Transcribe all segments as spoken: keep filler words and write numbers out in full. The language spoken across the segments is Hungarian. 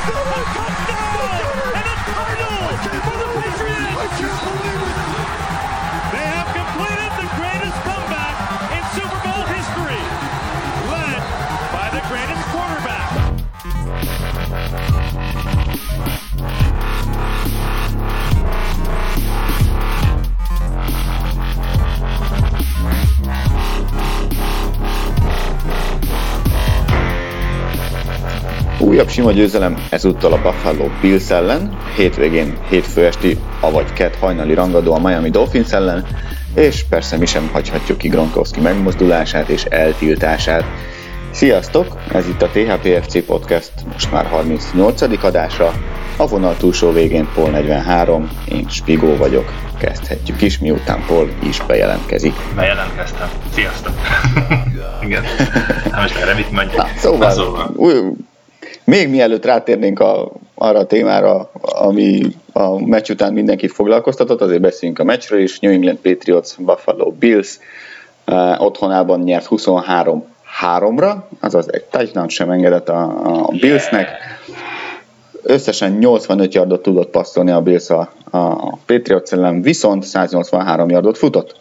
Újabb sima győzelem ezúttal a Buffalo Bills ellen, hétvégén hétfő esti, avagy kedd hajnali rangadó a Miami Dolphins ellen, és persze mi sem hagyhatjuk ki Gronkowski megmozdulását és eltiltását. Sziasztok! Ez itt a té há pé ef cé Podcast, most már harmincnyolcadik adásra, a vonal túlsó végén Paul negyvenhárom, én Spigó vagyok, kezdhetjük is, miután Paul is bejelentkezik. Bejelentkeztem. Sziasztok! Igen. Hát most erre mit mondjak? Na, szóval, szóval. Új, még mielőtt rátérnénk a, arra a témára, ami a meccs után mindenkit foglalkoztatott, azért beszéljünk a meccsről is. New England Patriots, Buffalo Bills uh, otthonában nyert huszonhárom háromra, azaz egy touchdown sem engedett a, a Billsnek. Összesen nyolcvanöt yardot tudott passzolni a Bills a, a Patriots ellen, viszont száznyolcvanhárom yardot futott.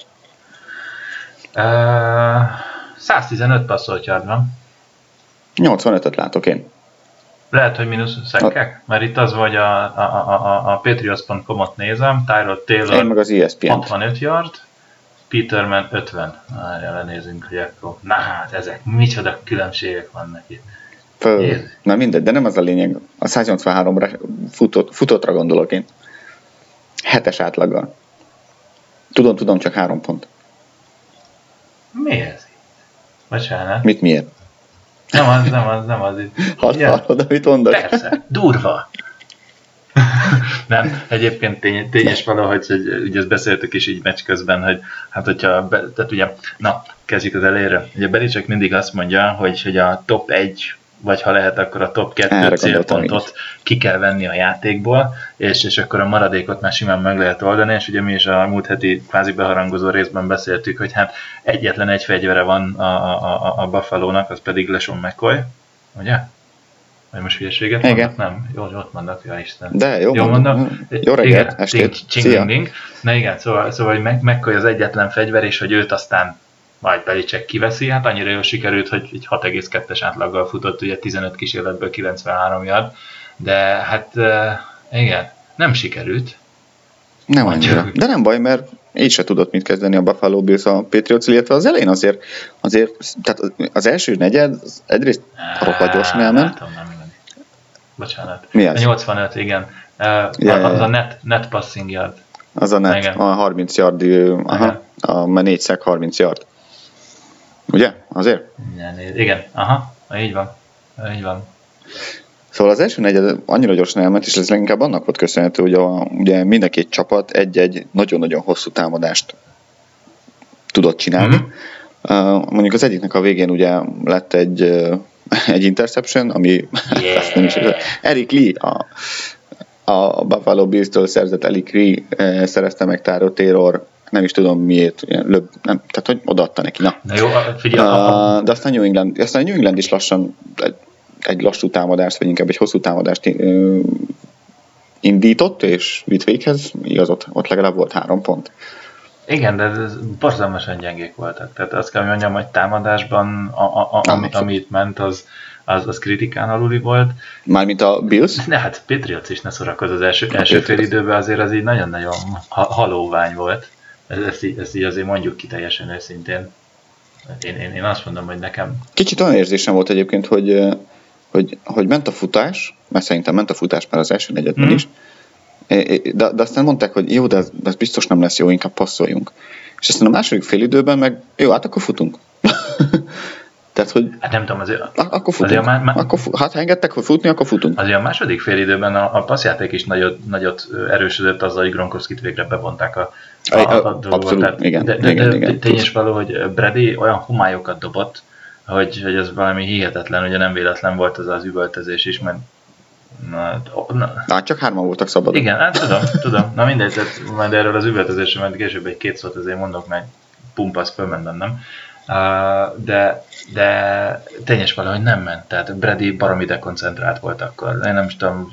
Uh, száztizenöt passzolt yard van. nyolcvanötöt látok én. Lehet, hogy mínusz szekkek? Mert itt az, hogy a, a, a, a Patriots pont com-ot nézem, Tyrod Taylor én meg az E S P N-t. hatvanöt yard, Peterman ötven. Várjál, lenézünk, hogy akkor... Na hát, ezek micsoda különbségek vannak itt. Föl, na mindegy, de nem az a lényeg. A száznyolcvanháromra futott, futottra gondolok én. Hetes átlaggal. Tudom, tudom, csak három pont. Mi ez itt? Bocsánat. Mit miért? Nem az, nem az, nem az itt. Hadd hallod, amit mondok. Persze, durva. Nem, egyébként tény, tényes valahogy, hogy ugye ezt beszéltük is így meccs közben, hogy hát hogyha, be, tehát ugye, na, kezdjük az elejére. Ugye Belichick mindig azt mondja, hogy, hogy a top egy, vagy ha lehet, akkor a top kettő célpontot ki kell venni a játékból, és, és akkor a maradékot már simán meg lehet oldani, és ugye mi is a múlt heti kvázi beharangozó részben beszéltük, hogy hát egyetlen egy fegyvere van a, a, a Buffalo-nak, az pedig LeSean McCoy, ugye? Vagy most hülyeséget mondok? Nem, jól, jól mondok, ja Isten. De jó, jól mondom. mondom. Jó reggelt, estét. Szia. Na igen, szóval, szóval hogy McCoy az egyetlen fegyver, és hogy őt aztán majd Belichick kiveszi, hát annyira jól sikerült, hogy egy hat egész kettes átlaggal futott, ugye tizenöt kísérletből kilencvenhárom yard, de hát igen, nem sikerült. Nem annyira, de nem baj, mert így se tudott mit kezdeni a Buffalo Bills a Patriots, illetve az elején azért, azért tehát az első negyed az egyrészt roppant gyorsan elment. Látom, nem minden. Bocsánat. Mi az? A nyolcvanöt, igen. Uh, yeah, az a net, net passing yard. Az a net, igen. A harminc yard, aha, a négy sack harminc yard. Ugye? Azért? Igen, igen, aha, így van. Így van. Szóval az első negyed annyira gyorsan elment, és ez leginkább annak volt köszönhető, hogy a, ugye mind a két csapat egy-egy nagyon-nagyon hosszú támadást tudott csinálni. Mm-hmm. Uh, mondjuk az egyiknek a végén ugye lett egy, uh, egy interception, ami yeah. nem is, Eric Lee, a, a Buffalo Bills-től szerzett Eric Lee uh, szerezte meg Tyrod Taylor, nem is tudom miért, löb, nem, tehát hogy odaadta neki. Na, Na jó, figyelj. Uh, de aztán New England, aztán New England is lassan egy, egy lassú támadást, vagy inkább egy hosszú támadást uh, indított, és vitt véghez, igaz, ott, ott legalább volt három pont. Igen, de ez borzalmasan gyengék voltak. Tehát azt kell mondjam, hogy támadásban, a, a, a, ami, ami itt ment, az, az, az kritikán aluli volt. Mármint a Bills? Ne, hát Patriots is ne szórakozz az első, első fél időben, azért az így nagyon-nagyon halóvány volt. Ezt így, ezt így azért mondjuk ki teljesen őszintén. Én, én, én azt mondom, hogy nekem... Kicsit olyan érzésem volt egyébként, hogy, hogy, hogy ment a futás, mert szerintem ment a futás már az első negyedben mm. is, de, de aztán mondták, hogy jó, de ez, de ez biztos nem lesz jó, inkább passzoljunk. És aztán a második fél időben meg, jó, hát akkor futunk. Tehát, hogy... Hát nem tudom, azért... Akkor futunk. Már, már, akkor fu- hát ha engedtek, hogy futni, akkor futunk. Azért a második fél időben a, a passzjáték is nagyot, nagyot erősödött azzal, hogy Gronkowskit végre bevonták a, a, a, a dolgot. Abszolút, igen. De, de, igen, de igen, tényes való, hogy Brady olyan homályokat dobott, hogy, hogy ez valami hihetetlen, ugye nem véletlen volt az az üvöltözés is, mert na, na. na csak hárman voltak szabadon. Igen, hát tudom, tudom. Na mindegy, tehát majd erről az üvöltözésről, mert később egy két szót azért mondok, mert pumpasz fölment bennem. de, de tényes valahogy nem ment. Tehát Brady baromi dekoncentrált volt akkor. Én nem is tudom,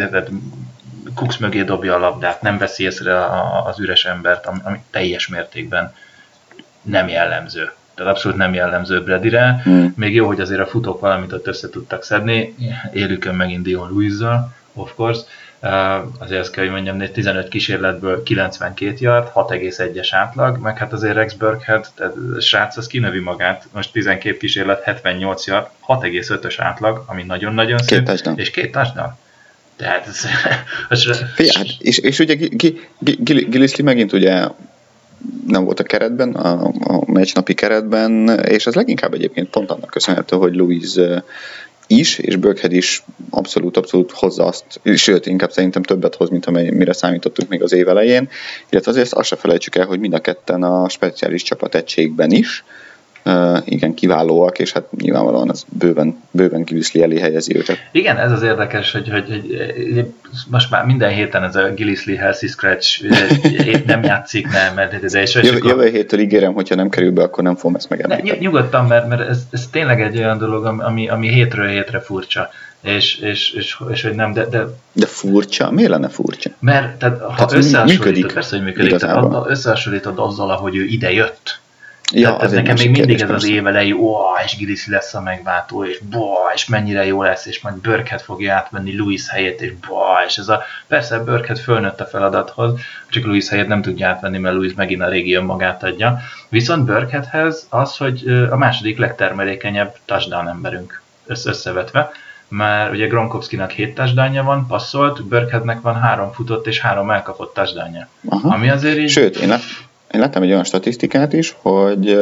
Cooks mögé dobja a labdát, nem veszi észre az üres embert, ami, ami teljes mértékben nem jellemző. Tehát abszolút nem jellemző Bradyre. Hmm. Még jó, hogy azért a futók valamit ott össze tudtak szedni. Élükön megint Dion Lewis-zal, of course. Azért azt kell, hogy mondjam, tizenöt kísérletből kilencvenkét yard, hat egész egyes átlag, meg hát azért Rex Burkhead, tehát srác az kinövi magát, most tizenkét kísérlet, hetvennyolc yard, hat egész ötös átlag, ami nagyon-nagyon szép, két touchdown. És két touchdown. Tehát ez... Figyelj, hát, és, és ugye Gillislee megint ugye nem volt a keretben, a, a meccsnapi keretben, és ez leginkább egyébként pont annak köszönhető, hogy Lewis is, és Burkhead is abszolút, abszolút hozza azt, sőt, inkább szerintem többet hoz, mint amire számítottunk még az év elején, illetve azért azt se felejtsük el, hogy mind a ketten a speciális csapategységben is Uh, igen, kiválóak, és hát nyilvánvalóan az bőven, bőven Gillislee elé helyezi őket. Igen, ez az érdekes, hogy, hogy, hogy most már minden héten ez a Gillislee healthy scratch nem játszik, nem, mert ez egy Jövő, jövő héttől ígérem, hogyha nem kerül be, akkor nem fogom ezt megemlíteni. Nyugodtan, mert, mert ez, ez tényleg egy olyan dolog, ami, ami hétről hétre furcsa. És, és, és, és hogy nem, de, de... De furcsa? Miért lenne furcsa? Mert tehát, ha hát összehasonlítod, persze, hogy működik, tehát összehasonlítod azzal, ahogy ő ide jött. Ja, tehát nekem még mindig ez az év elejé, ó, és Gillislee lesz a megváltó, és boh, és mennyire jó lesz, és majd Burkhead fogja átvenni Lewis helyét, és boh, és ez a, persze Burkhead fölnőtt a feladathoz, csak Lewis helyét nem tudja átvenni, mert Lewis megint a régi önmagát adja. Viszont Burkheadhez az, hogy a második legtermelékenyebb touchdown emberünk összevetve, már ugye Gronkowskinak hét touchdownja van, passzolt, Burkheadnek van három futott és három elkapott touchdownja. Ami azért így... Sőt, én lát... Én láttam egy olyan statisztikát is, hogy,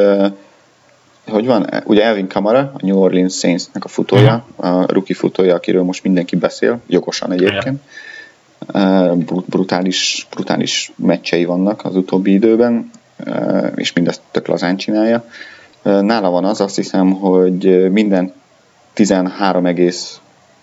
hogy van, ugye Alvin Kamara, a New Orleans Saints-nek a futója, a rookie futója, akiről most mindenki beszél, jogosan egyébként. Brutális, brutális meccsei vannak az utóbbi időben, és mindezt tök lazán csinálja. Nála van az, azt hiszem, hogy minden tizenhárom egész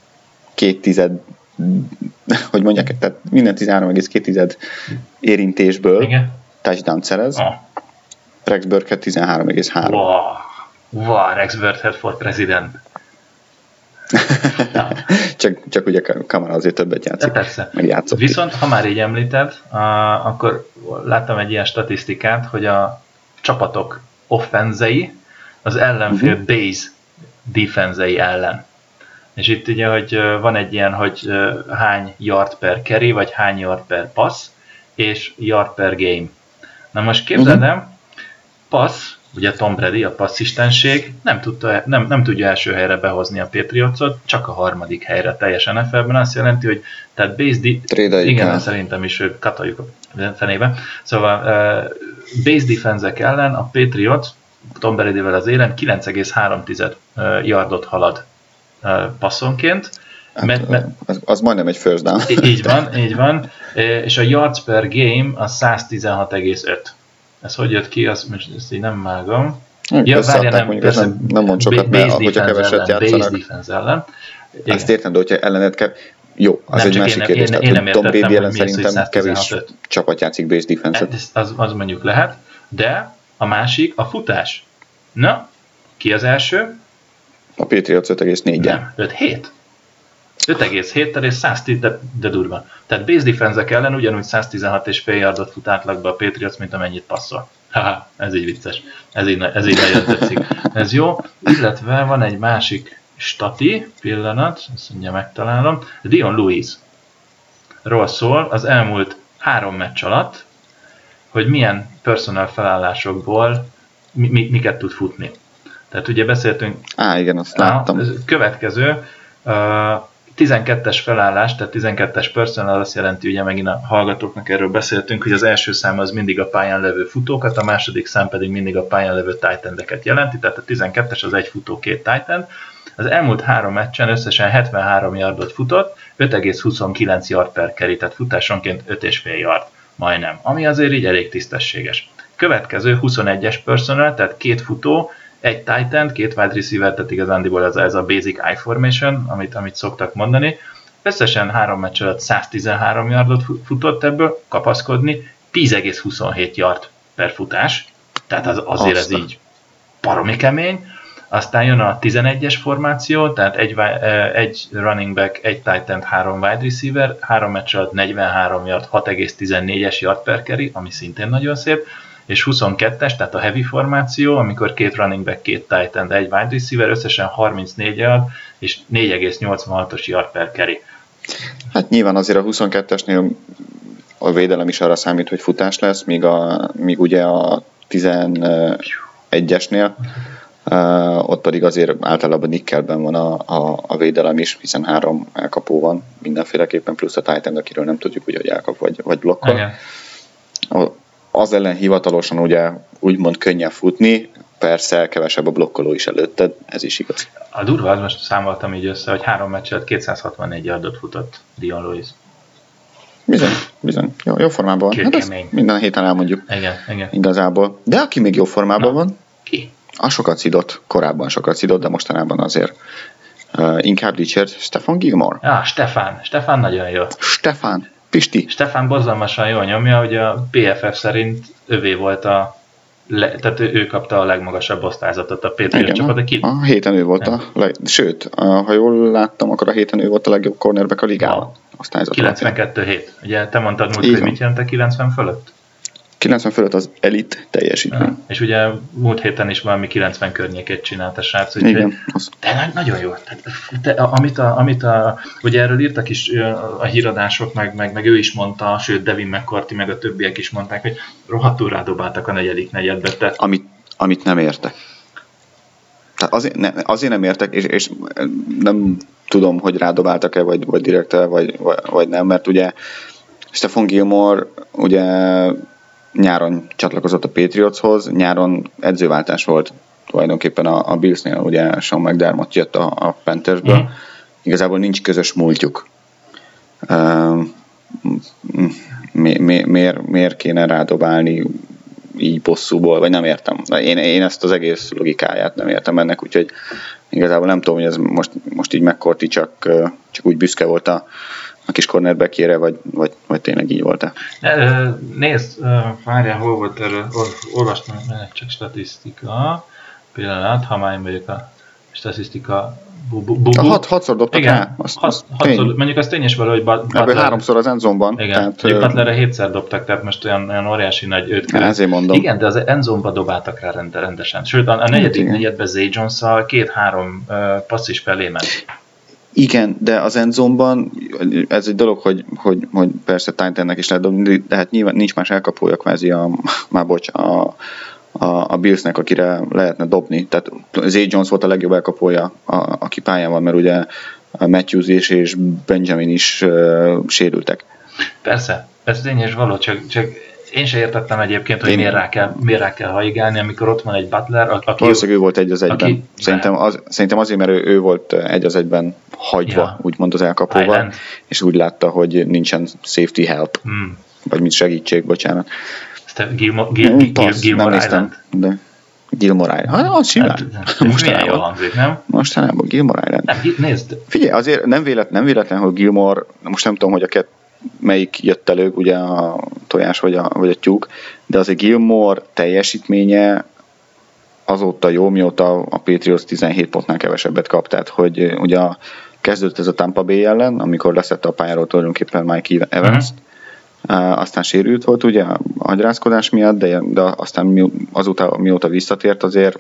két hogy mondják, tehát minden tizenhárom egész két érintésből igen. Touchdown szerez. Oh. Rex Burkhead tizenhárom egész három. Wow. wow, Rex Burkhead for president. csak, csak ugye Kamara azért többet játszik. Persze. Meg játszott. Viszont, ha már így említed, uh, akkor láttam egy ilyen statisztikát, hogy a csapatok offenzei az ellenfél uh-huh. base defenzei ellen. És itt ugye, hogy van egy ilyen, hogy hány yard per carry, vagy hány yard per pass, és yard per game. Na most képzeld el, uh-huh. passz, ugye Tom Brady, a passzistenség nem, tudta, nem, nem tudja első helyre behozni a Patriotsot, csak a harmadik helyre teljes en ef el-ben. Azt jelenti, hogy tehát base de- igen, el. Szerintem is katoljuk a fenébe. Szóval uh, base defense-ek ellen a Patriots Tom Bradyvel az élen kilenc egész három yardot halad uh, passzonként. Hát, mert, mert, az, az majdnem egy first down. Így van, így van. És a yards per game az száz tizenhat egész öt. Ez hogy jött ki, azt most ezt így nem vágom. Ja, várja, nem, mondjuk, nem, nem mond sokat, mert hogyha keveset játszanak. Base defense ellen. Ezt értem, de hogyha ellenet kell... Jó, az nem, egy másik kérdés. Én, én, én nem Tom Brady ellen szerintem kevés csapat játszik base defense-et. Ez, az, az mondjuk lehet, de a másik a futás. Na, ki az első? A Patriots öt egész négy. Nem, öt hét. öt egész héttel és száz tíz, de, de durva. Tehát base defense-ek ellen ugyanúgy száz tizenhat és fél yardot fut átlagba a Patriots, mint amennyit passzol. Haha, ez így vicces. Ez így, ez így nagyon tetszik. Ez jó. Illetve van egy másik stati, pillanat, azt mondja, megtalálom. Dion Lewis ról szól az elmúlt három meccs alatt, hogy milyen personal felállásokból mi, mi, miket tud futni. Tehát ugye beszéltünk... Á, igen, azt láttam. A következő, uh, tizenkettes felállás, tehát tizenkettes personal azt jelenti, ugye megint a hallgatóknak erről beszéltünk, hogy az első szám az mindig a pályán levő futókat, a második szám pedig mindig a pályán levő tight endeket jelenti, tehát a tizenkettes az egy futó, két tight end. Az elmúlt három meccsen összesen hetvenhárom yardot futott, öt egész huszonkilenc yard per carry, tehát futásonként öt egész öt yard, majdnem, ami azért így elég tisztességes. Következő huszonegyes personal, tehát két futó, egy tight end, két wide receiver, tehát igazándiból ez, ez a basic I formation, amit, amit szoktak mondani. Összesen három meccs alatt száz tizenhárom yardot futott ebből, kapaszkodni, tíz egész huszonhét yard per futás, tehát az, azért ez így baromi kemény, aztán jön a tizenegyes formáció, tehát egy, egy running back, egy tight end, három wide receiver, három meccs alatt negyvenhárom yard, hat egész tizennégyes yard per carry, ami szintén nagyon szép, és huszonkettes, tehát a heavy formáció, amikor két running back, két tight end, egy wide receiver, összesen harmincnégy yard, és négy egész nyolcvanhatos yard per carry. Hát nyilván azért a huszonkettesnél a védelem is arra számít, hogy futás lesz, míg, a, míg ugye a tizenegyesnél Uh, ott pedig azért általában nickelben van a, a, a védelem is, hiszen három elkapó van mindenféleképpen, plusz a tight end, akiről nem tudjuk, ugye, hogy elkap vagy, vagy blokkol. Igen. Az ellen hivatalosan ugye úgymond könnyebb futni, persze kevesebb a blokkoló is előtted, ez is igaz. A durva, az most számoltam így össze, hogy három meccset kétszázhatvannégy yardot futott Dion Lewis. Bizony, bizony. Jó, jó formában van. Hát ezt minden héten elmondjuk. Igen, igen. Igazából. De aki még jó formában Na. van, ki? A sokat szidott, korábban sokat szidott, de mostanában azért uh, inkább dicsért Stefan Gilmore. Ah, Stefan, Stefan nagyon jó. Stefan, Pisti. Stefan borzalmasan jól nyomja, hogy a pé ef ef szerint övé volt a, le, tehát ő, ő kapta a legmagasabb osztályzatot a Patriot csapat. A, a héten ő volt a, leg, sőt, a, ha jól láttam, akkor a héten ő volt a legjobb cornerback a ligában. kilencvenkettő hét. Ugye te mondtad múlt, hogy mit jelent a kilencven fölött? kilencven fölött az elit teljesítmény. Ja, és ugye múlt héten is valami kilencven környékét csinált a srác. Igen. De nagyon jó. Te, amit a, amit a, ugye erről írtak is a híradások, meg, meg, meg ő is mondta, sőt Devin McCourty, meg a többiek is mondták, hogy rohadtul rádobáltak a negyedik negyedbe. Te... Amit, amit nem értek. Tehát azért, ne, azért nem értek, és, és nem tudom, hogy rádobáltak-e, vagy, vagy direkte, vagy, vagy nem, mert ugye Stefan Gilmore ugye nyáron csatlakozott a Patriotshoz, nyáron edzőváltás volt tulajdonképpen a, a Billsnél, ugye Sean McDermott jött a, a Panthersből, mm. Igazából nincs közös múltjuk. Uh, mi, mi, miért, miért kéne rádobálni így bosszúból, vagy nem értem. Én, én ezt az egész logikáját nem értem ennek, úgyhogy igazából nem tudom, hogy ez most, most így McCourty csak, csak úgy büszke volt a a kis cornerbackjére, vagy, vagy, vagy tényleg így volt-e? Nézd, várjál, hol volt erről, olvastam, csak statisztika, pillanat, ha már én vagyok a statisztika bubu. A hat, hatszor dobtak igen, rá. Azt, hat, azt hatszor, mondjuk az tényes valahogy Butler... Ebből háromszor az endzone-ban. Igen, tehát, Butlerre hétszer dobtak, tehát most olyan, olyan óriási nagy öt körül. Ezért mondom. Igen, de az endzone-ba dobáltak rá rendesen. Sőt, a, a negyedik negyedben Zay Jones-szal két-három uh, passz is felé ment. Igen, de az endzone-ban ez egy dolog, hogy, hogy, hogy persze tight endnek is lehet dobni, de hát nyilván nincs más elkapója kvázi a, már bocs, a, a, a Billsnek, akire lehetne dobni. Tehát Zay Jones volt a legjobb elkapója, a, aki pályán van, mert ugye Matthews is és Benjamin is uh, sérültek. Persze, ez tény és való, csak, csak én se értettem egyébként, hogy miért rá, kell, miért rá kell haigálni, amikor ott van egy Butler, aki... Valószínűleg ő volt egy az egyben. Aki, szerintem, az, szerintem azért, mert ő, ő volt egy az egyben hagyva, ja. úgymond az elkapóval, Island. És úgy látta, hogy nincsen safety help, hmm. vagy mint segítség, bocsánat. Gilmore, Gil, Gil, Gil, Gilmore Island. De Gilmore Island. Hát, az simán. Hát, milyen jól hangzik, nem? Mostanában Gilmore Island. Nem, nézd. Figyelj, azért nem véletlen, nem véletlen, hogy Gilmore, most nem tudom, hogy a kett melyik jött előbb, ugye a tojás vagy a, vagy a tyúk, de azért Gilmore teljesítménye azóta jó, mióta a Patriots tizenhét pontnál kevesebbet kap, tehát hogy ugye kezdődött ez a Tampa Bay ellen, amikor leszette a pályáról tulajdonképpen Mike Evans-t, uh-huh. aztán sérült volt ugye a agyrázkodás miatt, de, de aztán azóta, mióta visszatért, azért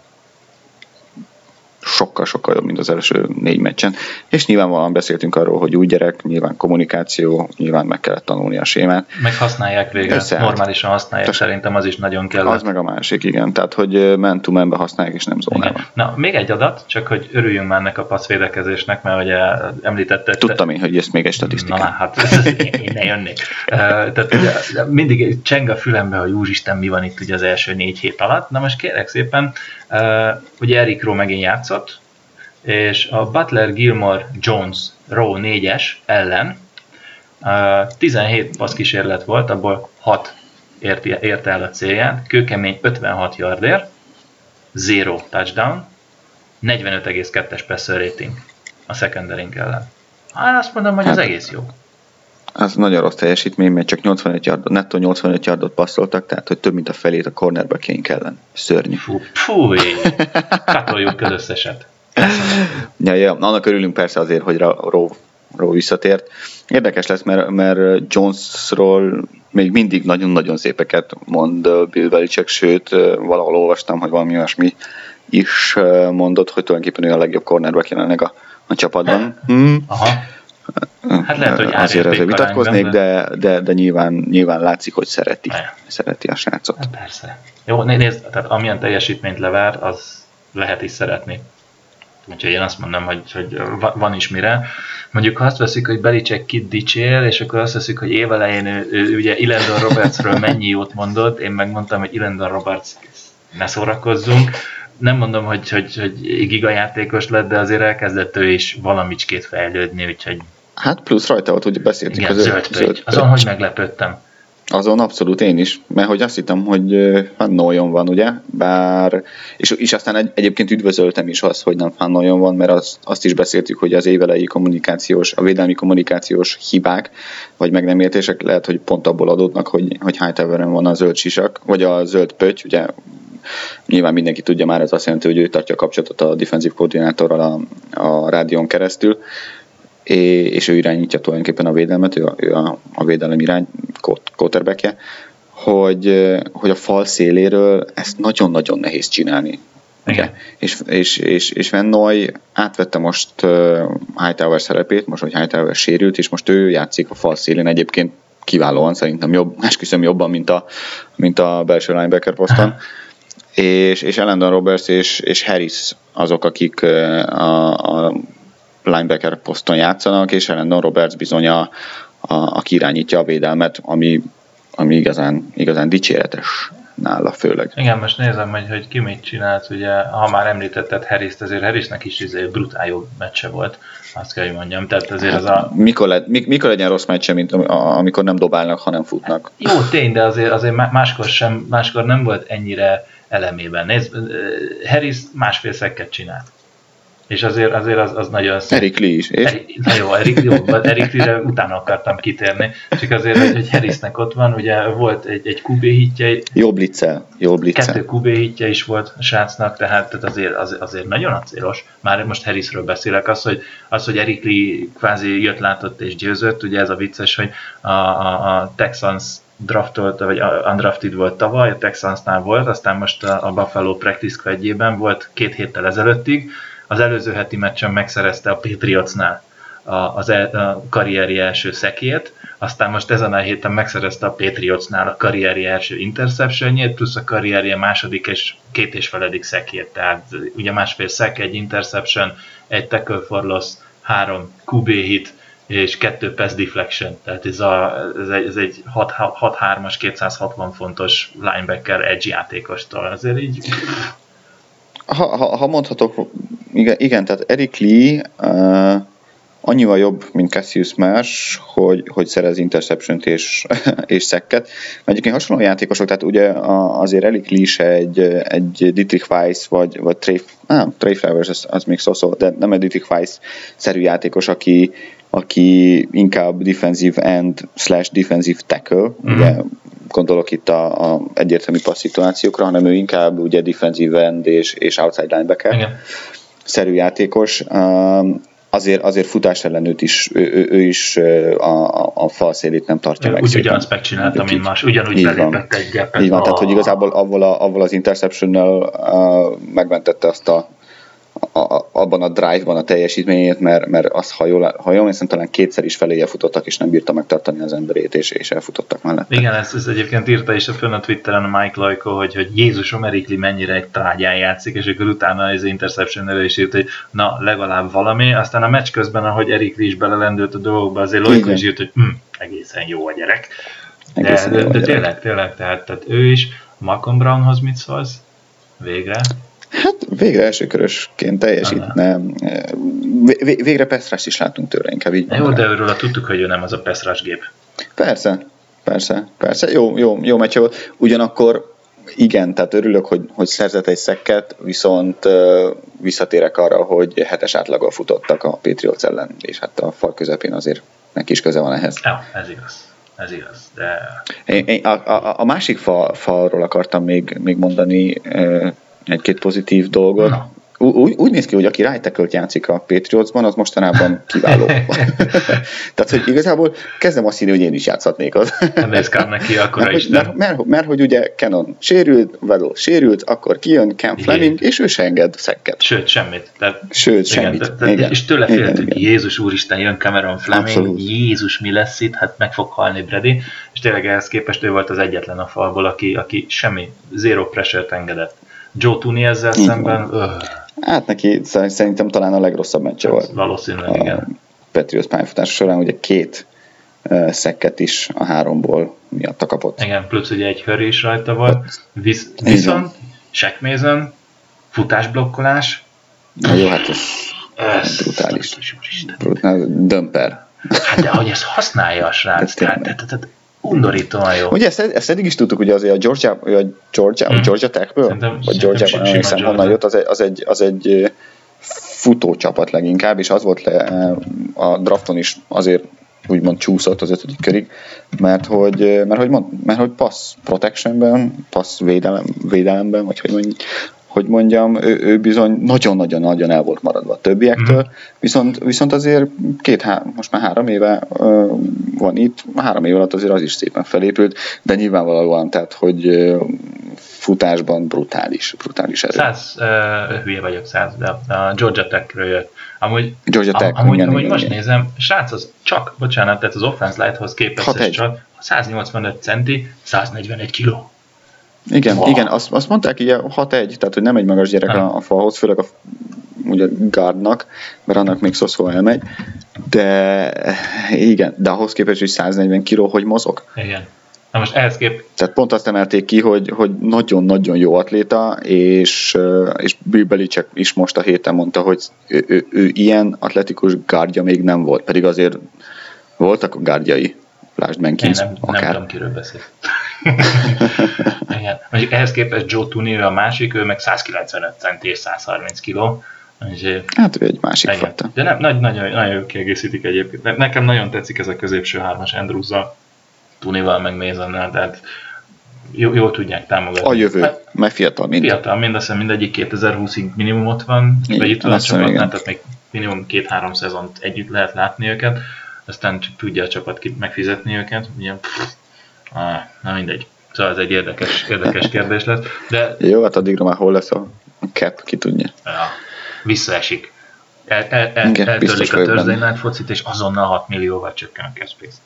sokkal-sokkal jobb, mint az első négy meccsen. És nyilvánvalóan beszéltünk arról, hogy új gyerek, nyilván kommunikáció, nyilván meg kellett tanulni a sémát. Meg használják végre, Összeállt. Normálisan használják, Te szerintem az is nagyon kellett. Az meg a másik, igen, tehát hogy man-to-man-be használják, és nem zónában. Na, még egy adat, csak hogy örüljünk már ennek a passzvédekezésnek, mert ugye említetted... Tudtam én, hogy ez még egy statisztika. Na, hát én, én ne jönnék. Tehát ugye, mindig cseng a fülembe, hogy úristen, mi van itt ugye az első négy hét alatt. Na most kérlek szépen, ugye Eric Rowe megint játszott, és a Butler, Gilmore, Jones, Rowe négyes ellen tizenhét passz kísérlet volt, abból hat érte, érte el a célját, kőkemény ötvenhat yardért, zero touchdown, negyvenöt egész kettes passer rating a secondaryink ellen. Hát azt mondom, hogy hát, az egész jó. az nagyon rossz teljesítmény, mert csak nyolcvanöt yardot, nettó nyolcvanöt yardot passzoltak, tehát hogy több mint a felét a cornerbackjeink ellen. Szörnyű. Fú, fúj! Katoljuk az összeset. Ja, ja, annak örülünk persze azért, hogy Rowe Rowe visszatért. Érdekes lesz, mert, mert Jonesról még mindig nagyon-nagyon szépeket mond Bill Belichick, sőt, valahol olvastam, hogy valami olyasmi is mondott, hogy tulajdonképpen ő a legjobb cornerback jelenleg a, a csapatban. Hmm. Aha. Hát lehet, hogy azért ezzel vitatkoznék, de, de, de nyilván, nyilván látszik, hogy szereti. Ne. Szereti a srácot. Hát persze. Jó, nézd, tehát amilyen teljesítményt levár, az lehet is szeretni. Úgyhogy én azt mondom, hogy, hogy van is mire. Mondjuk ha azt veszik, hogy Belichick kit dicsér, és akkor azt veszik, hogy évelején ő, ő, ugye Elandon Robertsről mennyi jót mondott, én megmondtam, hogy Elandon Roberts ne szórakozzunk. Nem mondom, hogy, hogy, hogy gigajátékos lett, de azért elkezdett ő is valamicskét fejlődni, úgyhogy... Hát plusz rajta volt, ugye beszéltük igen, az zöld pötty. Azon, hogy meglepődtem. Azon abszolút én is, mert hogy azt hittem, hogy Fannoljon van, ugye, bár, és, és aztán egy, egyébként üdvözöltem is azt, hogy nem Fannoljon van, mert azt, azt is beszéltük, hogy az évelei kommunikációs, a védelmi kommunikációs hibák, vagy meg nem értések lehet, hogy pont abból adódnak, hogy, hogy Hightoweren van a zöld sisak, vagy a zöld pötty, ugye, nyilván mindenki tudja már, ez azt jelenti, hogy ő tartja a kapcsolatot a defensív koordinátorral a, a rádión keresztül, és ő irányítja tulajdonképpen a védelmet, ő a, ő a, a védelem irány, quarterbackje, hogy, hogy a fal széléről ezt nagyon-nagyon nehéz csinálni. Ugye? És, és, és, és Van Noy átvette most uh, Hightower szerepét, most, hogy Hightower sérült, és most ő játszik a fal szélén egyébként kiválóan, szerintem jobb, esküszöm jobban, mint a, mint a belső linebacker poszton. és, és Elandon Roberts és, és Harris azok, akik uh, a, a linebacker poszton játszanak, és Elandon Roberts bizony a, a, aki irányítja a védelmet, ami, ami igazán, igazán dicséretes nála főleg. Igen, most nézem, hogy, hogy ki mit csinált, ugye, ha már említetted Harrist, azért Harrisnek is izé brutál jó meccse volt, azt kell, hogy mondjam. Tehát azért hát, az a... Mikor, le, mikor legyen rossz meccse, mint amikor nem dobálnak, hanem futnak? Hát, jó, tény, de azért, azért máskor, sem, máskor nem volt ennyire elemében. Nézd, Harris másfél szekket csinált. És azért, azért az, az nagyon szép. Eric Lee is. Eri, na jó, Eric, jó, Eric Lee-re utána akartam kitérni, csak azért, hogy, hogy Harrisnek ott van, ugye volt egy, egy kú bé hitje. Jó blitzel, jó blitzel. Kettő kú bé hitje is volt a srácnak, tehát, tehát azért, az, azért nagyon acélos. Már most Harrisről beszélek, az, hogy, az, hogy Eric Lee kvázi jött, látott és győzött, ugye ez a vicces, hogy a, a, a Texans draftolt, vagy undrafted volt tavaly, a Texansnál volt, aztán most a, a Buffalo practice squadjében volt két héttel ezelőttig. Az előző heti meccsen megszerezte a Patriotsnál a, az el, a karrieri első szekét, aztán most ezen a héten megszerezte a Patriotsnál a karrieri első interceptionjét, plusz a karrieri második és két és feledik szekét, tehát ugye másfél szek, egy interception, egy tackle for loss, három kú bé hit, és kettő pass deflection, tehát ez, a, ez egy, ez egy hat hármas, kétszázhatvan fontos linebacker edge játékostól, azért így... Ha, ha, ha mondhatok, igen, igen, tehát Eric Lee uh, annyival jobb, mint Cassius Marsh, hogy, hogy szerez interception-t és, és szekket. Mert egyébként hasonló játékosok, tehát ugye azért Eric Lee se egy, egy Dietrich Weiss, vagy, vagy Trey, ah, Trey Flowers, az, az még szó-szó, de nem egy Dietrich Weiss-szerű játékos, aki, aki inkább defensive end slash defensive tackle, mm. ugye gondolok itt a, a egyértelmű passz szituációkra, hanem ő inkább ugye defensive end és, és outside linebacker igen. szerű játékos. Azért, azért futás ellen őt is, ő, ő, ő is a, a, a fal szélét nem tartja ő meg. Úgy ugyanazt megcsinálta, mint más, ugyanúgy belépett egy gepet. Így van, a... tehát hogy igazából avval, a, avval az interceptionnel uh, megmentette azt a A, a, abban a drive-ban a teljesítményét, mert, mert az, ha jól, ha jól hiszem, talán kétszer is feléje futottak, és nem bírta megtartani az emberét, és, és elfutottak mellette. Igen, ezt, ezt egyébként írta is a fönn a Twitteren a Mike Lojko, hogy, hogy Jézusom, Eric Lee mennyire egy trágyán játszik, és akkor utána az interception-nel is írt, hogy na, legalább valami. Aztán a meccs közben, ahogy Eric Lee is belelendült a dolgokba, azért Lojko is írt, hogy hm, egészen jó a gyerek. De, de, de, de tényleg, tényleg, tehát, tehát ő is. Malcolm Brownhoz mit szólsz? Végre? Hát végre elsőkörösként teljesít, nem. Végre pass rush is látunk tőle, inkább így. Jó, de őről tudtuk, hogy ő nem az a pass rush gép. Persze, persze, persze, jó, jó, jó meccs volt. Ugyanakkor igen, tehát örülök, hogy, hogy szerzett egy szekket, viszont uh, visszatérek arra, hogy hetes átlaggal futottak a Patriots ellen, és hát a fal közepén azért neki is köze van ehhez. Ja, ez igaz. Ez igaz, de... Én, én a, a, a másik fal, falról akartam még, még mondani egy-két pozitív dolgot. Na. Úgy, úgy néz ki, hogy aki right tackle-t játszik a Patriotsban, az mostanában kiváló. Tehát, hogy igazából kezdem azt hinni, hogy én is játszhatnék az. Nem néz kár neki, akkor mert, is. Mert, mert, mert, mert, hogy ugye Cannon sérült, Weddle sérült, akkor kijön Cam Fleming, és ő se enged szekket. Sőt, semmit. Tehát, Sőt, igen, semmit. De, de, igen. És tőle féltünk, igen, Jézus úristen, jön Cameron Fleming, Abszolút. Jézus, mi lesz itt, hát meg fog halni Brady, és tényleg ehhez képest ő volt az egyetlen a falból, aki, aki semmi, zero pressure-t engedett. Joe Thuney ezzel igen. szemben... Öh. Hát neki szerintem talán a legrosszabb meccse volt. Valószínűleg, igen. Patriots pályafutása során ugye két uh, szekket is a háromból miatta kapott. Igen, plusz ugye egy hurry is rajta volt. Visz, viszont Shaq Mason, futásblokkolás. Na jó, hát ez, ez brutális. brutális. Dömper. Hát de hogy ezt használja a srác, tehát, tehát, tehát undorítóan jó. Ugye ezt, ezt eddig is tudtuk, ugye azért a Georgia, a Georgia, hmm. Georgia Tech-ből, vagy Georgia-ban, nem hiszem, honnan jött, az egy, az egy, az egy futócsapat leginkább, és az volt le, a drafton is azért úgymond csúszott az ötödik körig, mert hogy, mert hogy, mond, mert hogy pass protectionben, pass védelem, védelemben, vagy hogy mondjam, hogy mondjam, ő, ő bizony nagyon-nagyon-nagyon el volt maradva a többiektől, mm-hmm. viszont, viszont azért két, há, most már három éve uh, van itt, három év alatt azért az is szépen felépült, de nyilvánvalóan, tehát, hogy uh, futásban brutális, brutális erő. Száz, uh, hülye vagyok száz, de a Georgia Tech-ről jött. Amúgy, Georgia Tech, amúgy, igen, amúgy igen, most igen. nézem, srác az csak, bocsánat, tehát az offense lighthoz képest csak száznyolcvanöt centi, száznegyvenegy kiló. Igen, wow. igen, azt, azt mondták, hogy hat egy, tehát hogy nem egy magas gyerek a, a falhoz, főleg a ugye guardnak, mert annak még szoszó elmegy, de igen, de ahhoz képest, hogy száznegyven kiló, hogy mozog. Igen. Na most ehhez kép... Tehát pont azt emelték ki, hogy, hogy nagyon-nagyon jó atléta, és, és Bill Belichick is most a héten mondta, hogy ő, ő, ő ilyen atletikus guardja még nem volt, pedig azért voltak a guardjai, lásd Menkins, nem, akár. Nem tudom, kiről beszél. Igen. Mondjuk ehhez képest Joe Thuney a másik, ő meg százkilencvenöt centi és százharminc kiló. Hát ő egy másik igen. fajta. De nem, nagyon, nagyon, nagyon kiegészítik egyébként. Nekem nagyon tetszik ez a középső hármas Andrews-zal, Thuneyval meg Masonnal, tehát jól, jól tudják támogatni. A jövő, hát, mert fiatal mind. Fiatal mind, azt hiszem mindegyik kétezer-húszig minimum ott van, igen, vagy itt van a csapatnál, tehát még minimum két-három szezont együtt lehet látni őket, aztán tudja a csapat megfizetni őket. Ugye, pff, ah, na mindegy. Szóval ez egy érdekes, érdekes kérdés lesz. De, jó, hát addigra már hol lesz a cap, ki tudja. Ja, visszaesik. El, el, el, Igen, eltörlik a Thursday Night focit, és azonnal hat millióval csökken a cap space.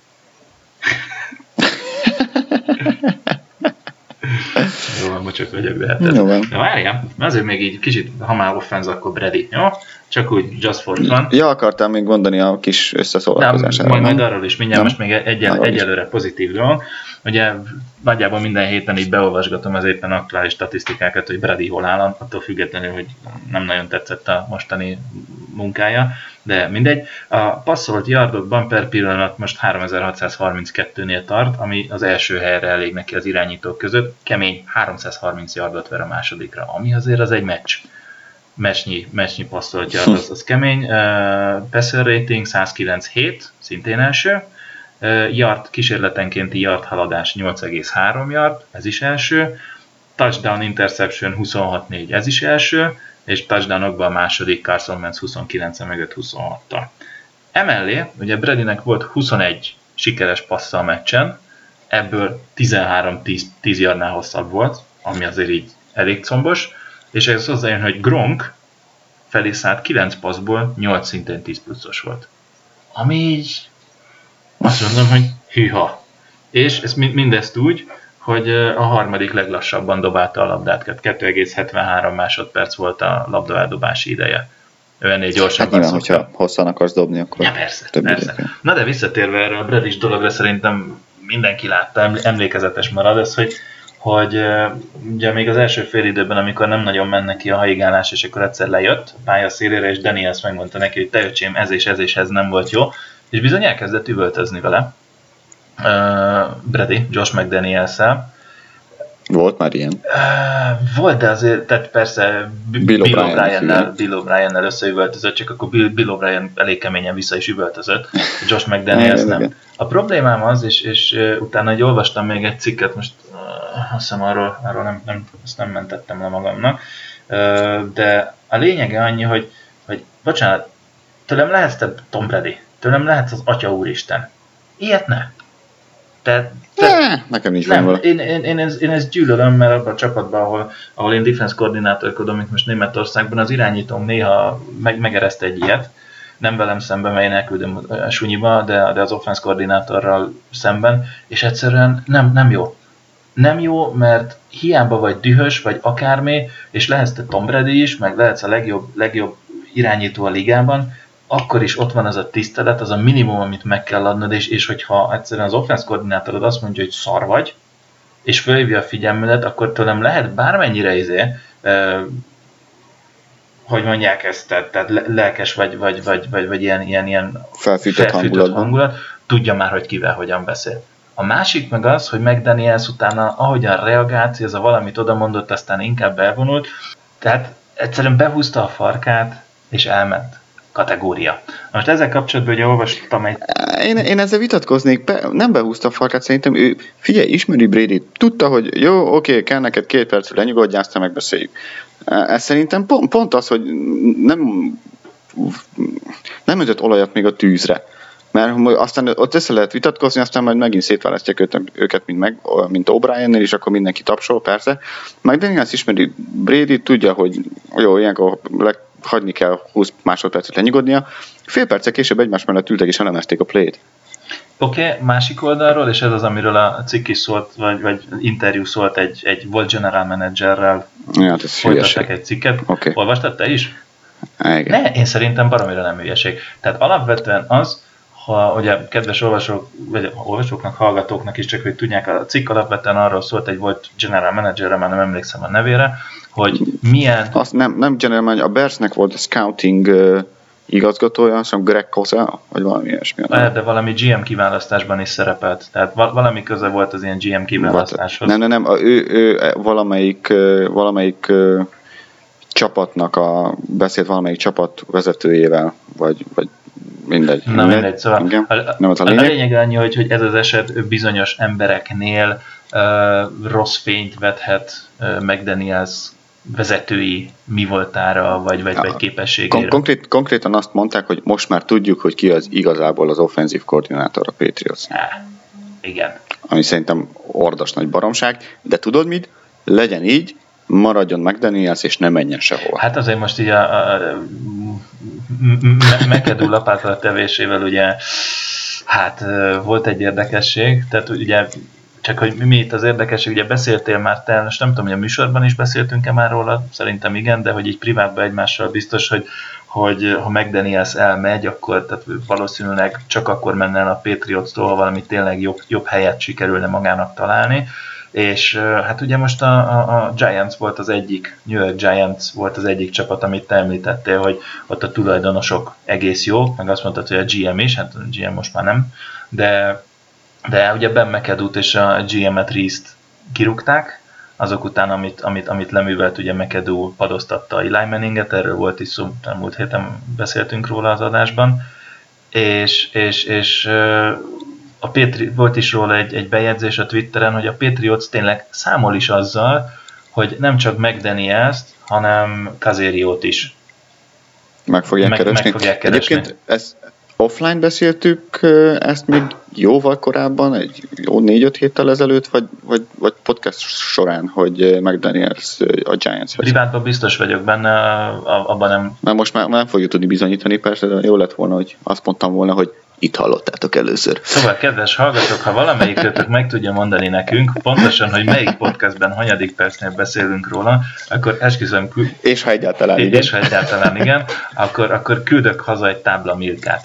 Jó, most csak vagyok, de hát ez... Jó, de várjál, azért még így kicsit, ha már offense, akkor Brady, jó? Csak úgy just for fun. Ja, akartam még mondani a kis összeszólalkozására. Majd, majd arról is mindjárt, nem? Most még egyel, egyelőre is. Pozitív dolog. Ugye nagyjából minden héten így beolvasgatom az éppen aktuális statisztikákat, hogy Brady hol áll, attól függetlenül, hogy nem nagyon tetszett a mostani munkája, de mindegy. A passzolt yardokban per pillanat most háromezer-hatszázharminckettőnél tart, ami az első helyre elég neki az irányítók között. Kemény háromszázharminc yardot ver a másodikra, ami azért az egy meccs. Mesnyi, mesnyi passzolt yard, az, az kemény. Uh, passer rating százkilenc egész hét, szintén első. Uh, yard, kísérletenkénti yard haladás nyolc egész három yard, ez is első. Touchdown interception huszonhat egész négy, ez is első. És touchdownokban a második, Carson Wentz huszonkilenc mögött huszonhattal. Emellé, ugye Bradynek volt huszonegy sikeres passza a meccsen, ebből tizenhárom tíz yardnál hosszabb volt, ami azért így elég combos, és ez hozzájön, hogy Gronk felé szállt kilenc passzból, nyolc szintén tíz pluszos volt. Ami így azt mondom, hogy hűha. És ezt mindezt úgy, hogy a harmadik leglassabban dobálta a labdát, kettő egész hetvenhárom másodperc volt a labda eldobási ideje. Ő ennél gyorsabban hát nyilván, hogyha hosszan akarsz dobni, akkor ja, persze, persze. Na de visszatérve erre a Brady-s dologra, szerintem mindenki látta, emlékezetes marad ez, hogy, hogy ugye még az első fél időben, amikor nem nagyon menne ki a haigálás, és akkor egyszer lejött a pálya szélére, és Daniels megmondta neki, hogy te öcsém, ez és ez és ez nem volt jó, és bizony elkezdett üvöltözni vele. Uh, Brady, Josh McDaniels-szel. Volt már ilyen? Uh, volt, de azért, tehát persze Bill, Bill O'Brien-nel Bill O'Brien-nel összeüvöltözött, csak akkor Bill, Bill O'Brien elég keményen vissza is üvöltözött, Josh McDaniels nem. A problémám az, és, és uh, utána egy olvastam még egy cikket, most uh, azt hiszem arról, arról nem, nem, azt nem mentettem le magamnak, uh, de a lényege annyi, hogy, hogy bocsánat, tőlem lehetsz te Tom Brady, tőlem lehetsz az Atya Úristen. Ilyet ne. Te, te, ne, nekem nincs nem, én, én, én, ezt, én ezt gyűlölöm, mert abban a csapatban, ahol, ahol én defense koordinátorkodom, mint most Németországban, az irányítóm néha meg, megereszt egy ilyet, nem velem szemben, mert én elküldöm a sunyiba, de, de az offense koordinátorral szemben, és egyszerűen nem, nem jó. Nem jó, mert hiába vagy dühös, vagy akármi, és lehetsz te Tom Brady is, meg lehetsz a legjobb, legjobb irányító a ligában, akkor is ott van az a tisztelet, az a minimum, amit meg kell adnod, és, és hogyha egyszerűen az offense koordinátorod azt mondja, hogy szar vagy, és fölhívja a figyelmedet, akkor tőlem lehet bármennyire izé, eh, hogy mondják ezt, tehát, tehát lelkes vagy, vagy, vagy, vagy, vagy ilyen, ilyen, ilyen felfűtött hangulat. hangulat, tudja már, hogy kivel hogyan beszél. A másik meg az, hogy McDaniels utána, ahogyan reagált, ez a valamit oda mondott, aztán inkább elvonult, tehát egyszerűen behúzta a farkát, és elment. Kategória. Most ezzel kapcsolatban ugye olvastam egy... Én, én ezzel vitatkoznék, be, nem behúzta a farkát, szerintem ő, figyelj, ismeri Brady, tudta, hogy jó, oké, kell neked két perc, lenyugodjál, aztán megbeszéljük. Ez szerintem pont, pont az, hogy nem nem öntött olajat még a tűzre. Mert aztán ott össze lehet vitatkozni, aztán majd megint szétválasztják őket, mint, meg, mint O'Briennél, és akkor mindenki tapsol, persze. McDaniels ismeri Brady, tudja, hogy jó, ilyenkor leg, hagyni kell húsz másodpercet lenyugodnia. Fél perccel később egymás mellett ültek és elemezték a play-t. Oké, okay, másik oldalról, és ez az, amiről a cikk is szólt, vagy, vagy interjú szólt egy, egy volt general managerrel, ja, folytattak egy cikket. Okay. Olvastad te is? Igen. Ne, én szerintem baromira nem hülyeség. Tehát alapvetően az, ha ugye kedves olvasók, vagy olvasóknak, hallgatóknak is csak, hogy tudják, a cikk alapvetően arról szólt, egy volt general managerre, már nem emlékszem a nevére, hogy milyen... Azt nem, nem general manager, a Bearsnek volt a scouting uh, igazgatója, azt mondom Greg Cosell, vagy valami ilyesmi. De valami gé em kiválasztásban is szerepelt, tehát valami köze volt az ilyen gé em kiválasztáshoz. Nem, nem, nem, ő, ő valamelyik, valamelyik uh, csapatnak a, beszélt valamelyik csapat vezetőjével, vagy, vagy mindegy. Na mindegy, szóval igen, a, a, a, lényeg. a lényeg annyi, hogy, hogy ez az eset bizonyos embereknél uh, rossz fényt vethet uh, McDaniels vezetői mi voltára, vagy, vagy, ja, vagy képességére. Konkrét, konkrétan azt mondták, hogy most már tudjuk, hogy ki az igazából az offenzív koordinátor a Patriots. Há, igen. Ami szerintem ordas nagy baromság, de tudod mit? Legyen így, maradjon McDaniels, és ne menjen sehol. Hát azért most így a, a, a megkedő lapáttal tevésével ugye hát volt egy érdekesség, tehát ugye csak hogy mi itt az érdekesség, ugye beszéltél már te, most nem tudom, hogy a műsorban is beszéltünk-e már róla, szerintem igen, de hogy így privátban egymással biztos, hogy, hogy ha McDaniels elmegy, akkor tehát valószínűleg csak akkor menne el a Patriots-tól, ha valami tényleg jobb, jobb helyet sikerülne magának találni. És hát ugye most a, a, a Giants volt az egyik, New York Giants volt az egyik csapat, amit te említettél, hogy ott a tulajdonosok egész jók, meg azt mondtad, hogy a gé em is, hát a gé em most már nem, de, de ugye Ben McAdoo-t és a gé em-et Reese-t kirúgták, azok után, amit, amit, amit leművelt, ugye McAdoo padoztatta Eli Manninget, erről volt is szó, múlt héten beszéltünk róla az adásban, és, és, és a Patri- volt is róla egy, egy bejegyzés a Twitteren, hogy a Patriots tényleg számol is azzal, hogy nem csak McDaniels-t, hanem Kazériót is meg fogják, meg, keresni. meg fogják keresni. Egyébként ezt offline beszéltük ezt még jóval korábban, egy jó négy-öt héttel ezelőtt, vagy, vagy, vagy podcast során, hogy McDaniels a Giants-hez. Privátban biztos vagyok benne, abban nem... Mert most már nem fogjuk tudni bizonyítani, persze, de jó lett volna, hogy azt mondtam volna, hogy itt hallottátok először. Szóval, kedves hallgatók, ha valamelyikőtök meg tudja mondani nekünk, pontosan, hogy melyik podcastben, hanyadik percnél beszélünk róla, akkor esküszöm... Kül... És ha egyáltalán és, igen. És ha egyáltalán igen, akkor, akkor küldök haza egy tábla Milkát.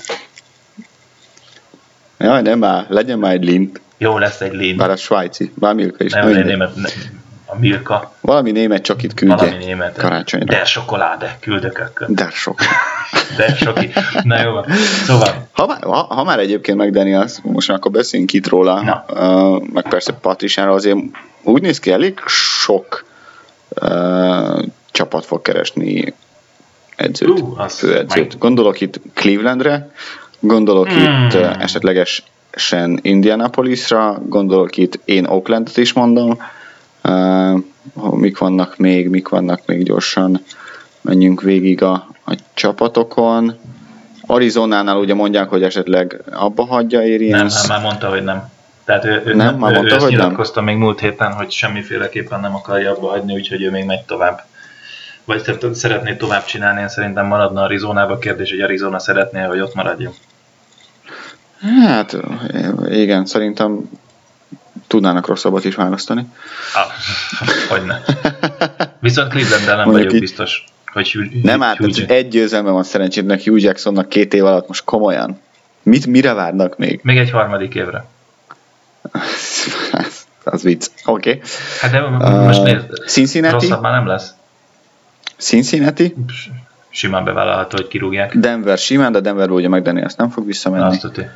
Jaj, nem már, legyen már egy Lind. Jó, lesz egy Lind. Bár a svájci, bár Milka is. Nem, német, ne, a Milka. Valami német csak itt küldje. Valami német. Karácsonyra. Der Schokolade, küldök akkor. Der sok. Der Soki. Na jó, szóval. Ha már, ha, ha már egyébként McDaniels, most már akkor beszéljünk itt róla, uh, meg persze Patriciára, azért úgy néz ki, elég sok uh, csapat fog keresni edzőt, uh, főedzőt. Gondolok itt Clevelandre, gondolok hmm. itt uh, esetlegesen Indianapolisra, gondolok itt én Oaklandet is mondom. Uh, mik vannak még, mik vannak még gyorsan, menjünk végig a, a csapatokon. Arizonánál ugye mondják, hogy esetleg abba hagyja Arians. Nem, már mondta, hogy nem. Tehát ő, ő, nem, már ő, mondta, ő hogy nyilatkozta még múlt héten, hogy semmiféleképpen nem akarja abba hagyni, úgyhogy ő még megy tovább. Vagy tehát szeretné tovább csinálni, én szerintem maradna Arizonába. Kérdés, hogy Arizona szeretné, hogy ott maradjon. Hát igen, szerintem tudnának rosszabbat is választani. Ah, hogyne. Viszont Cleveland-del nem vagyok biztos, hogy Hugh, nem át, egy győzelme van szerencsétnek Hugh Jacksonnak két év alatt, most komolyan. Mit, mire várnak még? Még egy harmadik évre. Az vicc. Oké. Okay. Hát de most nézd, Cincinnati? Rosszabb már nem lesz. Cincinnati? Simán bevállalható, hogy kirúgják. Denver simán, de Denverbe ugye McDaniels ezt nem fog visszamenni. Azt tudja.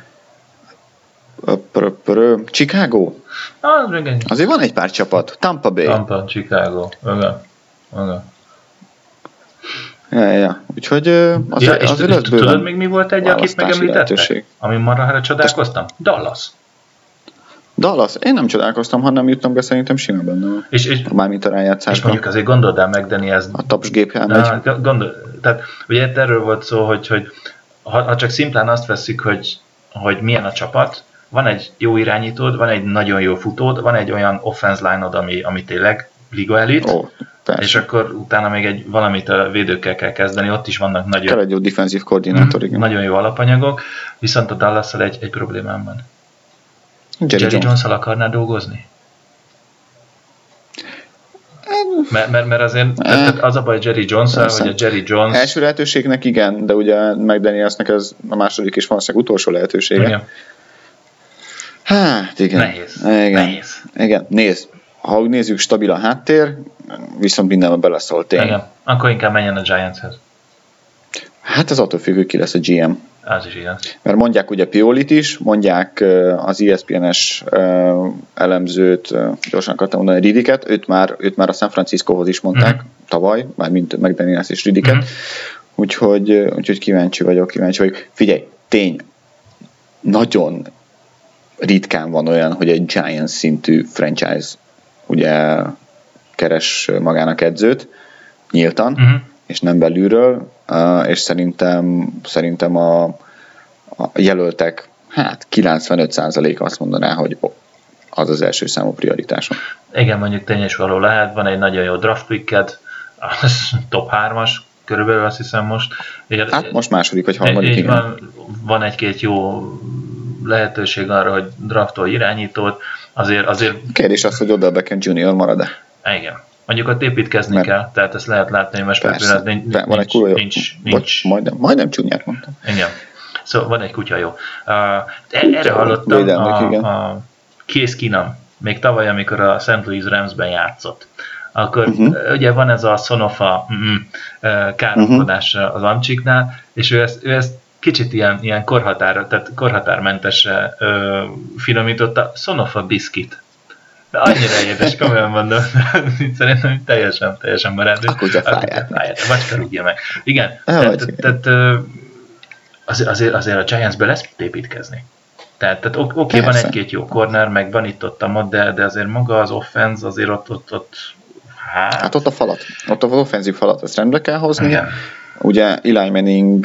Chicago? Az azért van egy pár csapat. Tampa Bay. Tampa, Chicago. Igen. Igen. Ja, ja. Úgyhogy azért, ja, azért lesz bőven. Tudod még mi volt egy, akit megemlítette? Ami marra csodálkoztam? Dallas. Dallas? Én nem csodálkoztam, ha nem juttam be, szerintem simán benne van. És, és, Mármint a rájátszásban. És mondjuk azért gondold el McDaniels. A tapsgép elmegy. Gondol, tehát ugye erről volt szó, hogy, hogy ha, ha csak szimplán azt veszik, hogy, hogy milyen a csapat, van egy jó irányítód, van egy nagyon jó futód, van egy olyan offense line-od, ami, ami tényleg liga elit, oh, és akkor utána még egy valamit a védőkkel kell kezdeni, ott is vannak nagyon... Kell egy jó defensív koordinátor, igen. Nagyon jó alapanyagok, viszont a Dallasszal egy, egy problémám van. Jerry, Jerry Jones-szal akarná dolgozni? Mert, mert, mert azért tehát az a baj Jerry Jones-szal, hogy a Jerry Jones... Első lehetőségnek igen, de ugye McDanielsnek ez a második és valószínűleg utolsó lehetősége. Igen. Hát igen. Nehéz. Igen. Nehéz. Igen, nézd. Ha úgy nézzük, stabil a háttér, viszont mindenben beleszól tény. Igen. Akkor inkább menjen a Giantshez. Hát ez attól függ, hogy ki lesz a gé em. Az is igaz. Mert mondják ugye Piolit is, mondják az é es pé en-es elemzőt, gyorsan akartam mondani, Ridiket, őt már, őt már a San Franciscohoz is mondták uh-huh. tavaly, már mint McDaniels és Ridiket, uh-huh. úgyhogy, úgyhogy kíváncsi vagyok, kíváncsi vagyok. Figyelj, tény, nagyon ritkán van olyan, hogy egy Giants szintű franchise ugye keres magának edzőt nyíltan, uh-huh. és nem belülről, és szerintem, szerintem a, a jelöltek hát kilencvenöt százalék azt mondaná, hogy az az első számú prioritásom. Igen, mondjuk tény és való lehet, van egy nagyon jó draft picked, az top hármas, körülbelül azt hiszem most. Hát most második vagy harmadik, igen. Van, van egy-két jó lehetőség arra, hogy draftolj irányítót, azért... azért... Kérdés az, hogy Odell Beckham junior marad-e? Igen. Mondjuk ott építkezni mert kell, tehát ezt lehet látni, hogy most persze, nincs, nincs, van egy kutya jó. Nincs, nincs. Majdnem, majdnem csúnyát mondtam. Igen. Szóval van egy kutya jó. Uh, erre hallottam a, a Case Keenum, még tavaly, amikor a Saint Louis Ramsben játszott. Akkor uh-huh. ugye van ez a Sonofa uh, káromkodás uh-huh. az Amcsiknál, és ő ezt, ő ezt kicsit ilyen, ilyen korhatár, tehát korhatármentesre uh, finomította, Sonofa Biscuit. De annyira édes, komolyan mondom, szerintem teljesen, teljesen barátő. A kutya fáját. A macska rúgja meg. Igen, tehát, tehát azért, azért, azért a Giantsbe lesz építkezni. Tehát, tehát oké, okay, van egy-két jó corner, meg van itt ott a mod, de, de azért maga az offense, azért ott, ott, ott hát... hát ott a falat, ott az offenzív falat, ezt rendbe kell hozni. Igen. Ugye Eli Manning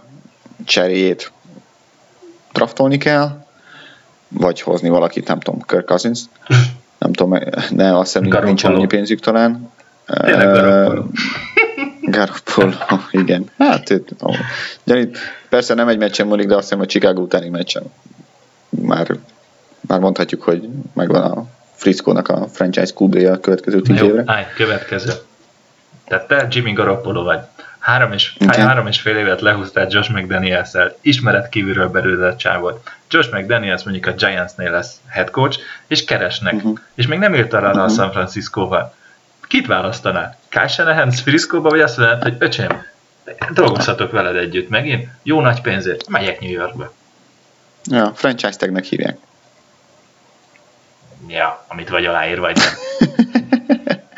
cseréjét draftolni kell, vagy hozni valakit, nem tudom, Kirk Cousins, nem tudom, ne, azt hiszem, nincs annyi pénzük talán. Tényleg Garoppolo. Garoppolo, igen. Hát, ó, gyanít, persze nem egy meccsen múlik, de azt hiszem, a Chicago utáni meccsen már, már mondhatjuk, hogy megvan a Frisco-nak a franchise kú bé a következő tíz Jó, évre. Állj, következő. Tehát te Jimmy Garoppolo vagy. Három és, okay. három és fél évet lehúztál Josh McDaniels-el, ismeret kívülről belőle csávot. Josh McDaniels mondjuk a Giantsnél lesz head coach, és keresnek. Uh-huh. És még nem írt arra uh-huh. a San Francisco-val. Kit választanál? Kyle Shanahan Frisco-ba, vagy azt mondod, hogy öcsém, dolgozhatok veled együtt megint, jó nagy pénzért, megyek New Yorkba. Ja, franchise tagnek hívják. Ja, amit vagy aláír, vagy nem.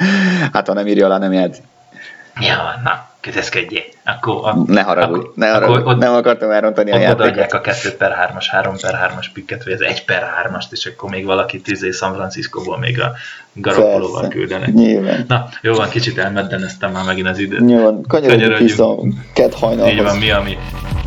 Hát, ha nem írja alá, nem játsz. Ja, na, kötözködjél. Akkor, a, ne haragudj, akkor, ne haragudj. Akkor ott, nem akartam elrontani a játékot. Odaadják a kettő per hármas, három per hármas pikket, vagy az egy per hármast, és akkor még valaki tizé San Franciscóból még a Garoppolóval küldenek. Nyilván. Na, jó van, kicsit elmeddeneztem már megint az időt. Nyilván, kanyarodjunk vissza kedd hajnalhoz. Így van, mi ami...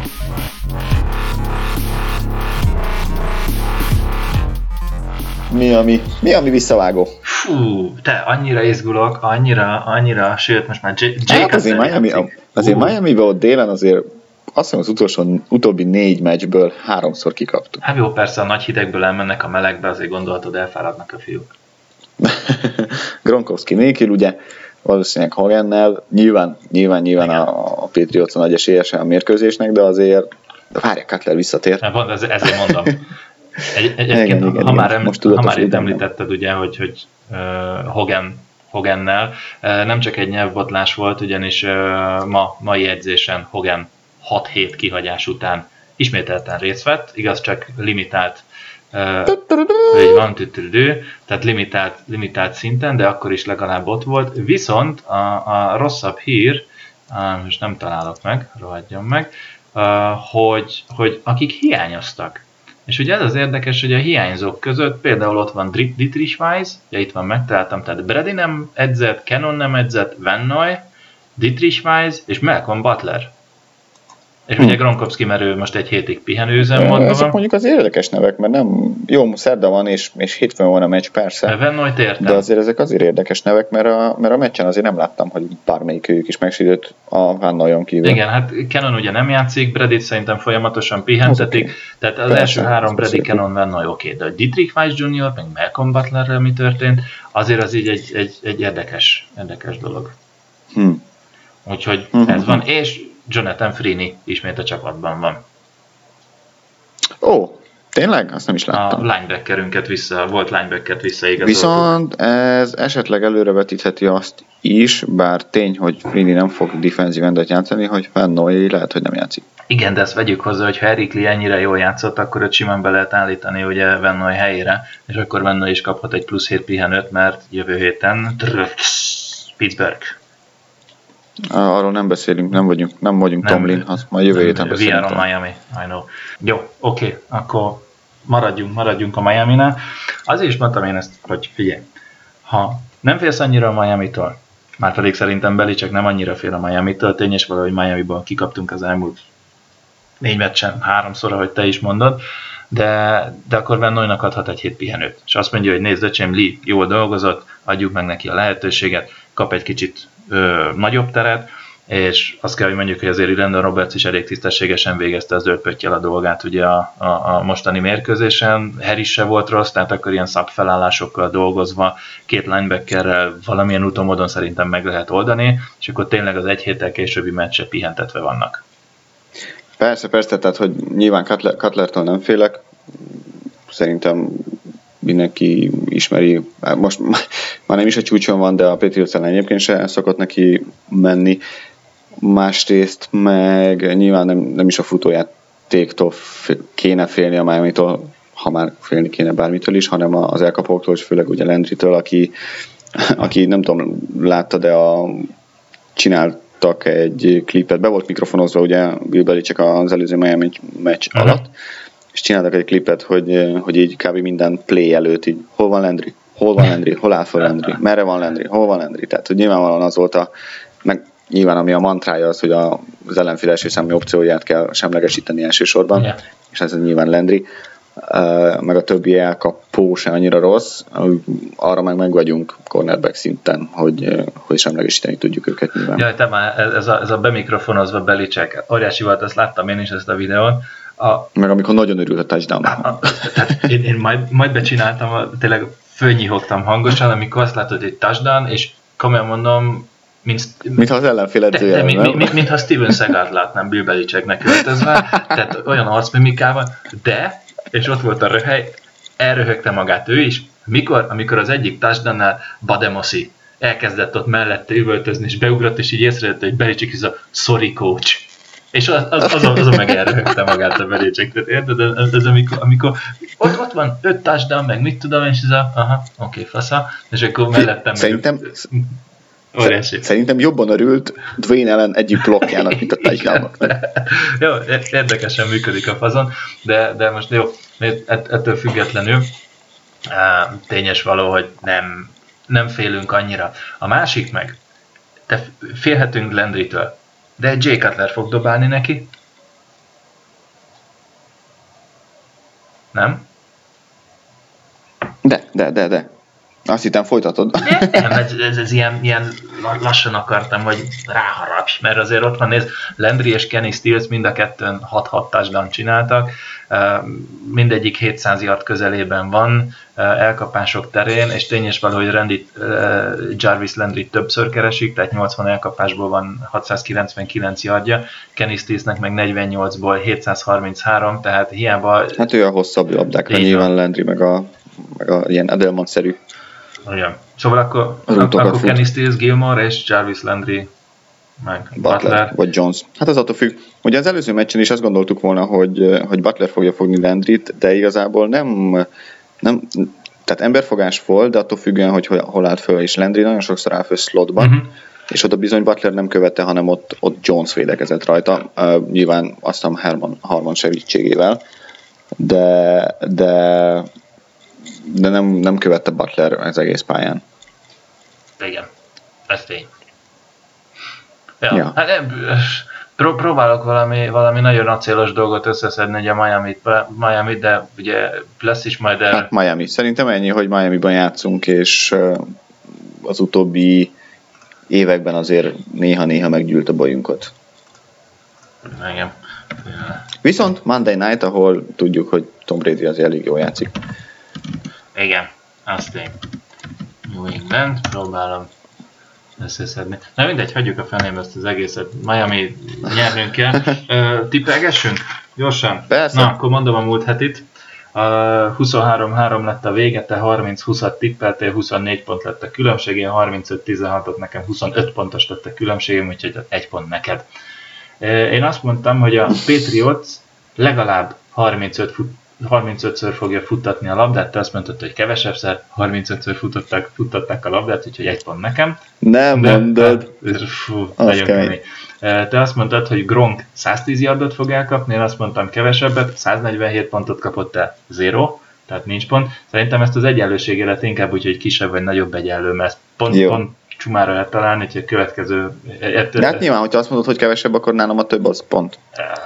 Mi ami, mi ami visszavágó? Fú, te, annyira izgulok, annyira, annyira, sőt, most már Jake hát azért Miami, azért Miami-be ott délen azért azt hiszem az utolsó, utóbbi négy meccsből háromszor kikaptuk. Hát jó, persze a nagy hidegből elmennek a melegbe, azért gondolhatod, elfáradnak a fiúk. Gronkowski nélkül, ugye, valószínűleg Hogannel, nyilván, nyilván, nyilván a, a Patriots a nagy esélyese a mérkőzésnek, de azért, de várják, Cutler visszatért. Hát, ez, ezért mondom. Egy, egyébként, igen, igen, ha már, most ha már itt említetted, ugye, hogy, hogy uh, Hogan, Hogannel, uh, nem csak egy nyelvbotlás volt, ugyanis uh, ma, mai edzésen Hogan hat hét kihagyás után ismételten részt vett, igaz, csak limitált uh, így van, tütürődő, tehát limitált, limitált szinten, de akkor is legalább ott volt. Viszont a, a rosszabb hír, uh, most nem találok meg, rohadjon meg, uh, hogy, hogy akik hiányoztak. És ugye ez az érdekes, hogy a hiányzók között például ott van Dietrich Weiss, ugye itt van, megtaláltam, tehát Brady nem edzett, Cannon nem edzett, Van Noy, Dietrich Weiss és Malcolm Butler. És hm. ugye Gronkowski, mert ő most egy hétig pihenőüzemmódban van. Ezek mondjuk az érdekes nevek, mert nem jó, szerda van és, és hétfőn van a meccs, persze. Van Noyt értem. De azért ezek azért érdekes nevek, mert a, mert a meccsen azért nem láttam, hogy bármelyik őjük is megsérült a Van Noyon kívül. Igen, hát Cannon ugye nem játszik, Bradyt szerintem folyamatosan pihentetik, okay. Tehát az persze, első három Brady, Cannon, Van Noy oké, okay. De a Dietrich Weiss junior, meg Malcolm Butlerrel mi történt, azért az így egy, egy, egy érdekes, érdekes dolog. Hm. Úgyhogy hm. ez van, és Jonathan Freeney ismét a csapatban van. Ó, tényleg? Azt nem is láttam. A linebackerünket vissza, volt linebackert visszaigazoltuk. Viszont ez esetleg előrevetítheti azt is, bár tény, hogy Freeney nem fog defensive endet játszani, hogy Van Noy lehet, hogy nem játszik. Igen, de ezt vegyük hozzá, hogy ha Eric Lee ennyire jól játszott, akkor őt simán be lehet állítani ugye Van Noy helyére, és akkor Van Noy is kaphat egy plusz hét pihenőt, mert jövő héten Pittsburgh. Arról nem beszélünk, nem vagyunk, nem vagyunk nem, Tomlin, azt majd jövő héten beszélünk. We are on Miami, I know. Jó, oké, okay, akkor maradjunk, maradjunk a Miami-nál. Azért is mondtam én ezt, hogy figyelj, ha nem félsz annyira a Miami-tól, már pedig szerintem Belichick nem annyira fél a Miami-től, tényes valahogy Miami-ból kikaptunk az elmúlt négy meccsen, háromszor, ahogy te is mondod, de, de akkor Van Noynak adhat egy hét pihenőt. És azt mondja, hogy nézd, öcsém, Lee jól dolgozott, adjuk meg neki a lehetőséget, kap egy kicsit Ö, nagyobb teret, és azt kell, hogy mondjuk, hogy azért Landon Roberts is elég tisztességesen végezte az zöld pöttyel a dolgát ugye a, a, a mostani mérkőzésen. Harris se volt rossz, tehát akkor ilyen szabfelállásokkal dolgozva, két linebackerrel valamilyen úton módon szerintem meg lehet oldani, és akkor tényleg az egy héttel későbbi meccse pihentetve vannak. Persze, persze, tehát hogy nyilván Cutler, Cutlertől nem félek, szerintem mindenki ismeri, most már nem is a csúcson van, de a Patriots ellen egyébként se szokott neki menni. Másrészt meg nyilván nem, nem is a futójátéktól kéne félni a Miami-tól, ha már félni kéne bármitől is, hanem az elkapóktól, és főleg ugye Landrytől, aki, aki nem tudom, látta, de a, csináltak egy klipet, be volt mikrofonozva ugye Bill Belichick az előző Miami meccs uh-huh. alatt, és csináltak egy klipet, hogy, hogy így kb. Minden play előtt így, hol van Landry, hol van Landry, hol áll fel Landry, merre van Landry, hol van Landry, tehát hogy nyilvánvalóan az volt a, meg nyilván ami a mantrája az, hogy az ellenfél első számú opcióját kell semlegesíteni elsősorban, yeah. és ez nyilván Landry, uh, meg a többi elkapó se annyira rossz, arra meg meg vagyunk cornerback szinten, hogy, hogy semlegesíteni tudjuk őket nyilván. Jaj, te már ez a, ez a bemikrofonozva Belichick, óriási volt, azt láttam én is ezt a videón. A, meg amikor nagyon örült a touchdown. Tehát én, én majd, majd becsináltam, tényleg fölnyihogtam hangosan, amikor azt látod, hogy egy touchdown, és komolyan mondom, mint, mintha az ellenfél edzője, mi, mi, mi, mintha Steven Seagalt látnám Bill Belichicknek öltözve, tehát olyan arcmimikával, de, és ott volt a röhely, elröhögte magát ő is, mikor, amikor az egyik touchdownnál Bademosi elkezdett ott mellette üvöltözni, és beugrott, és így észrevette, hogy Belichick is a sorry coach. És az, az, azon, azon meg elröhögte magát a Belichick, érted? Ez, ez amikor, amikor ott, ott van öt touchdown, meg mit tudom, és ez a, aha, oké, okay, fasza, és akkor mellettem Szerintem, meg... Óriási. Szerintem jobban örült Dwayne Allen egyik blokkjának, mint a touchdownnak. Jó, érdekesen működik a fazon, de, de most jó, ettől függetlenül tényes való, hogy nem, nem félünk annyira. A másik meg, te félhetünk Landrytől, de Jay Cutler fog dobálni neki? Nem? De, de, de, de. Azt hittem folytatod. Nem, ez, ez, ez ilyen, ilyen lassan akartam, hogy ráharapj, mert azért ott van, nézd, Landry és Kenny Stills mind a kettőn hat-hat touchdown csináltak, mindegyik hétszáz yard közelében van elkapások terén, és tényes valahogy Randy, Jarvis Landry többször keresik, tehát nyolcvan elkapásból van hatszázkilencvenkilenc yardja, Kenny Stillsnek meg negyvennyolcból hétszázharminchárom, tehát hiába... Hát ő a hosszabb labdákra, nyilván Landry, meg a, meg a ilyen Edelman-szerű. Igen. Szóval akkor, akkor Kenny Stills, Gilmore és Jarvis Landry meg Butler. Butler. Vagy Jones. Hát az attól függ. Ugye az előző meccsen is azt gondoltuk volna, hogy, hogy Butler fogja fogni Landryt, de igazából nem, nem, tehát emberfogás volt, de attól függően, hogy hol állt föl, és Landry nagyon sokszor áll föl slotban, uh-huh. és oda bizony Butler nem követte, hanem ott, ott Jones védekezett rajta, uh, nyilván azt hiszem Herman, Harman segítségével, de, de de nem, nem követte Butler az egész pályán. Igen, ez tény. Ja, ja. Hát pró- próbálok valami, valami nagyon acélos dolgot összeszedni ugye Miami-t, Miami, de ugye lesz is majd el... Hát Miami. Szerintem ennyi, hogy Miamiban játszunk, és az utóbbi években azért néha-néha meggyűlt a bajunkat. Igen. Viszont Monday Night, ahol tudjuk, hogy Tom Brady azért elég jól játszik. Igen, azt én. New England, próbálom összeszedni. Na mindegy, hagyjuk a feném ezt az egészet. Miami nyernünk kell. Uh, tippelgessünk? Gyorsan? Persze. Na, akkor mondom a múlt hetit. Uh, huszonhárom három lett a vége, te harminc húszat tippeltél, huszonnégy pont lett a különbség, én harmincöt tizenhatot, nekem huszonöt pontos lett a különbségem, úgyhogy egy pont neked. Uh, én azt mondtam, hogy a Patriots legalább harmincöt fut harmincötször fogja futtatni a labdát, te azt mondtad, hogy kevesebbszer, harmincötször futották, futtatták a labdát, úgyhogy egy pont nekem. Nem de, mondod. De, fú, nagyon kemény. Te azt mondtad, hogy Gronk száztíz yardot fog elkapni, én azt mondtam kevesebbet, száznegyvenhét pontot kapott el, zéro, tehát nincs pont. Szerintem ezt az egyenlőség élet inkább úgy, hogy kisebb vagy nagyobb egyenlő, mert pont, pont csumára lehet találni, hogy a következő... De hát nyilván, hogyha azt mondod, hogy kevesebb, akkor nálam a több az pont.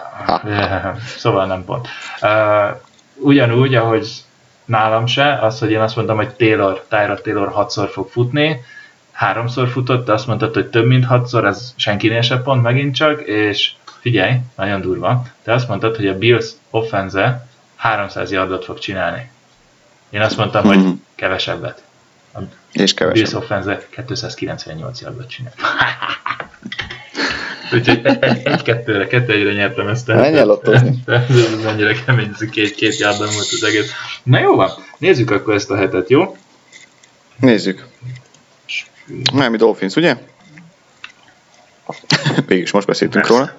Szóval nem pont. Ugyanúgy, ahogy nálam se, az, hogy én azt mondtam, hogy Taylor, Tyrod Taylor hatszor fog futni, háromszor futott, te azt mondtad, hogy több mint hatszor, ez senkinél se pont megint csak, és figyelj, nagyon durva, te azt mondtad, hogy a Bills offense háromszáz yardot fog csinálni. Én azt mondtam, mm-hmm. hogy kevesebbet. A és kevesebb. Bills offense kétszázkilencvennyolc yardot csinál. Úgyhogy egy-kettőre, kettő-egyre nyertem ezt. Menj el ottozni. Ez mennyire kemény, ez két, két járban volt az egész. Na jó van, nézzük akkor ezt a hetet, jó? Nézzük. Miami Dolphins, ugye? Végülis most beszéltünk róla.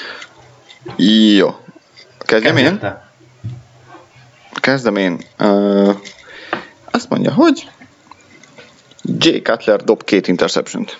Jó. Kezdjem én? Kezdem én. Uh, azt mondja, hogy Jay Cutler dob két interception-t.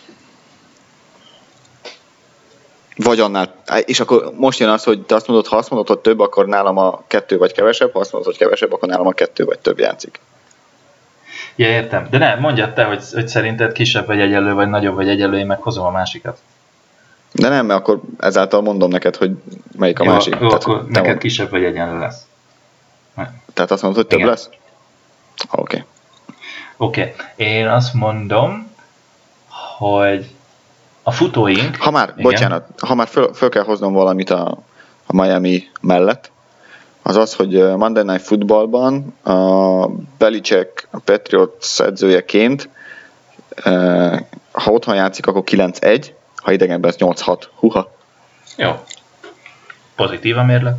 Vagy annál, és akkor most jön az, hogy te azt mondod, ha azt mondod, hogy több, akkor nálam a kettő vagy kevesebb, ha azt mondod, hogy kevesebb, akkor nálam a kettő vagy több játszik. Ja, értem. De ne, mondjad te, hogy, hogy szerinted kisebb vagy egyenlő, vagy nagyobb vagy egyenlő, én meghozom a másikat. De nem, mert akkor ezáltal mondom neked, hogy melyik a jó, másik. Jó, Tehát, akkor neked mond... kisebb vagy egyenlő lesz. Tehát azt mondod, hogy több igen. lesz? Oké. Okay. Oké. Okay. Én azt mondom, hogy a futóink... Ha már, igen. bocsánat, ha már föl, föl kell hoznom valamit a, a Miami mellett, az az, hogy Monday Night Footballban a Belichick a Patriots edzőjeként, ha otthon játszik, akkor kilenc egy, ha idegenben ez nyolc hat. Huha. Jó. Pozitív a mérleg.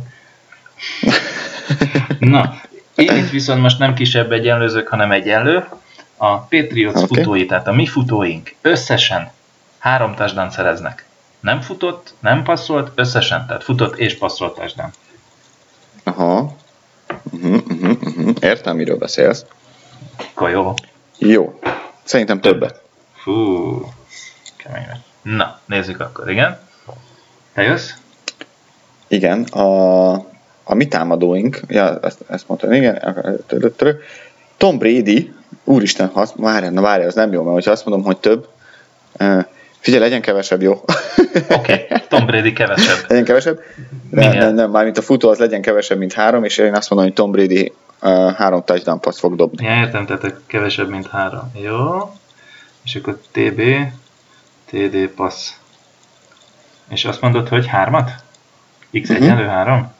Na, én itt viszont most nem kisebb egyenlőzők, hanem egyenlő. A Patriots okay. futói, tehát a mi futóink összesen három touchdown szereznek. Nem futott, nem passzolt, összesen, tehát futott és passzolt touchdown. Aha. Uh-huh, uh-huh, uh-huh. Értem, miről beszélsz. Akkor jó. Jó. Szerintem többet. Fú, kemény vagy. Na, nézzük akkor, igen. Te jössz? Igen, a, a mi támadóink, ja, ezt, ezt mondtam, igen, Tom Brady, úristen, ha azt, várjál, na várjál, az nem jó, mert hogyha azt mondom, hogy több, uh, figyelj, legyen kevesebb, jó? Oké, okay. Tom Brady kevesebb. Legyen kevesebb? Nem, nem, nem, mármint a futó az legyen kevesebb, mint három, és én azt mondom, hogy Tom Brady uh, három touchdown pass fog dobni. Ja, értem, tehát kevesebb, mint három. Jó. És akkor té bé, té dé pass. És azt mondod, hogy hármat? X uh-huh. egyenlő három?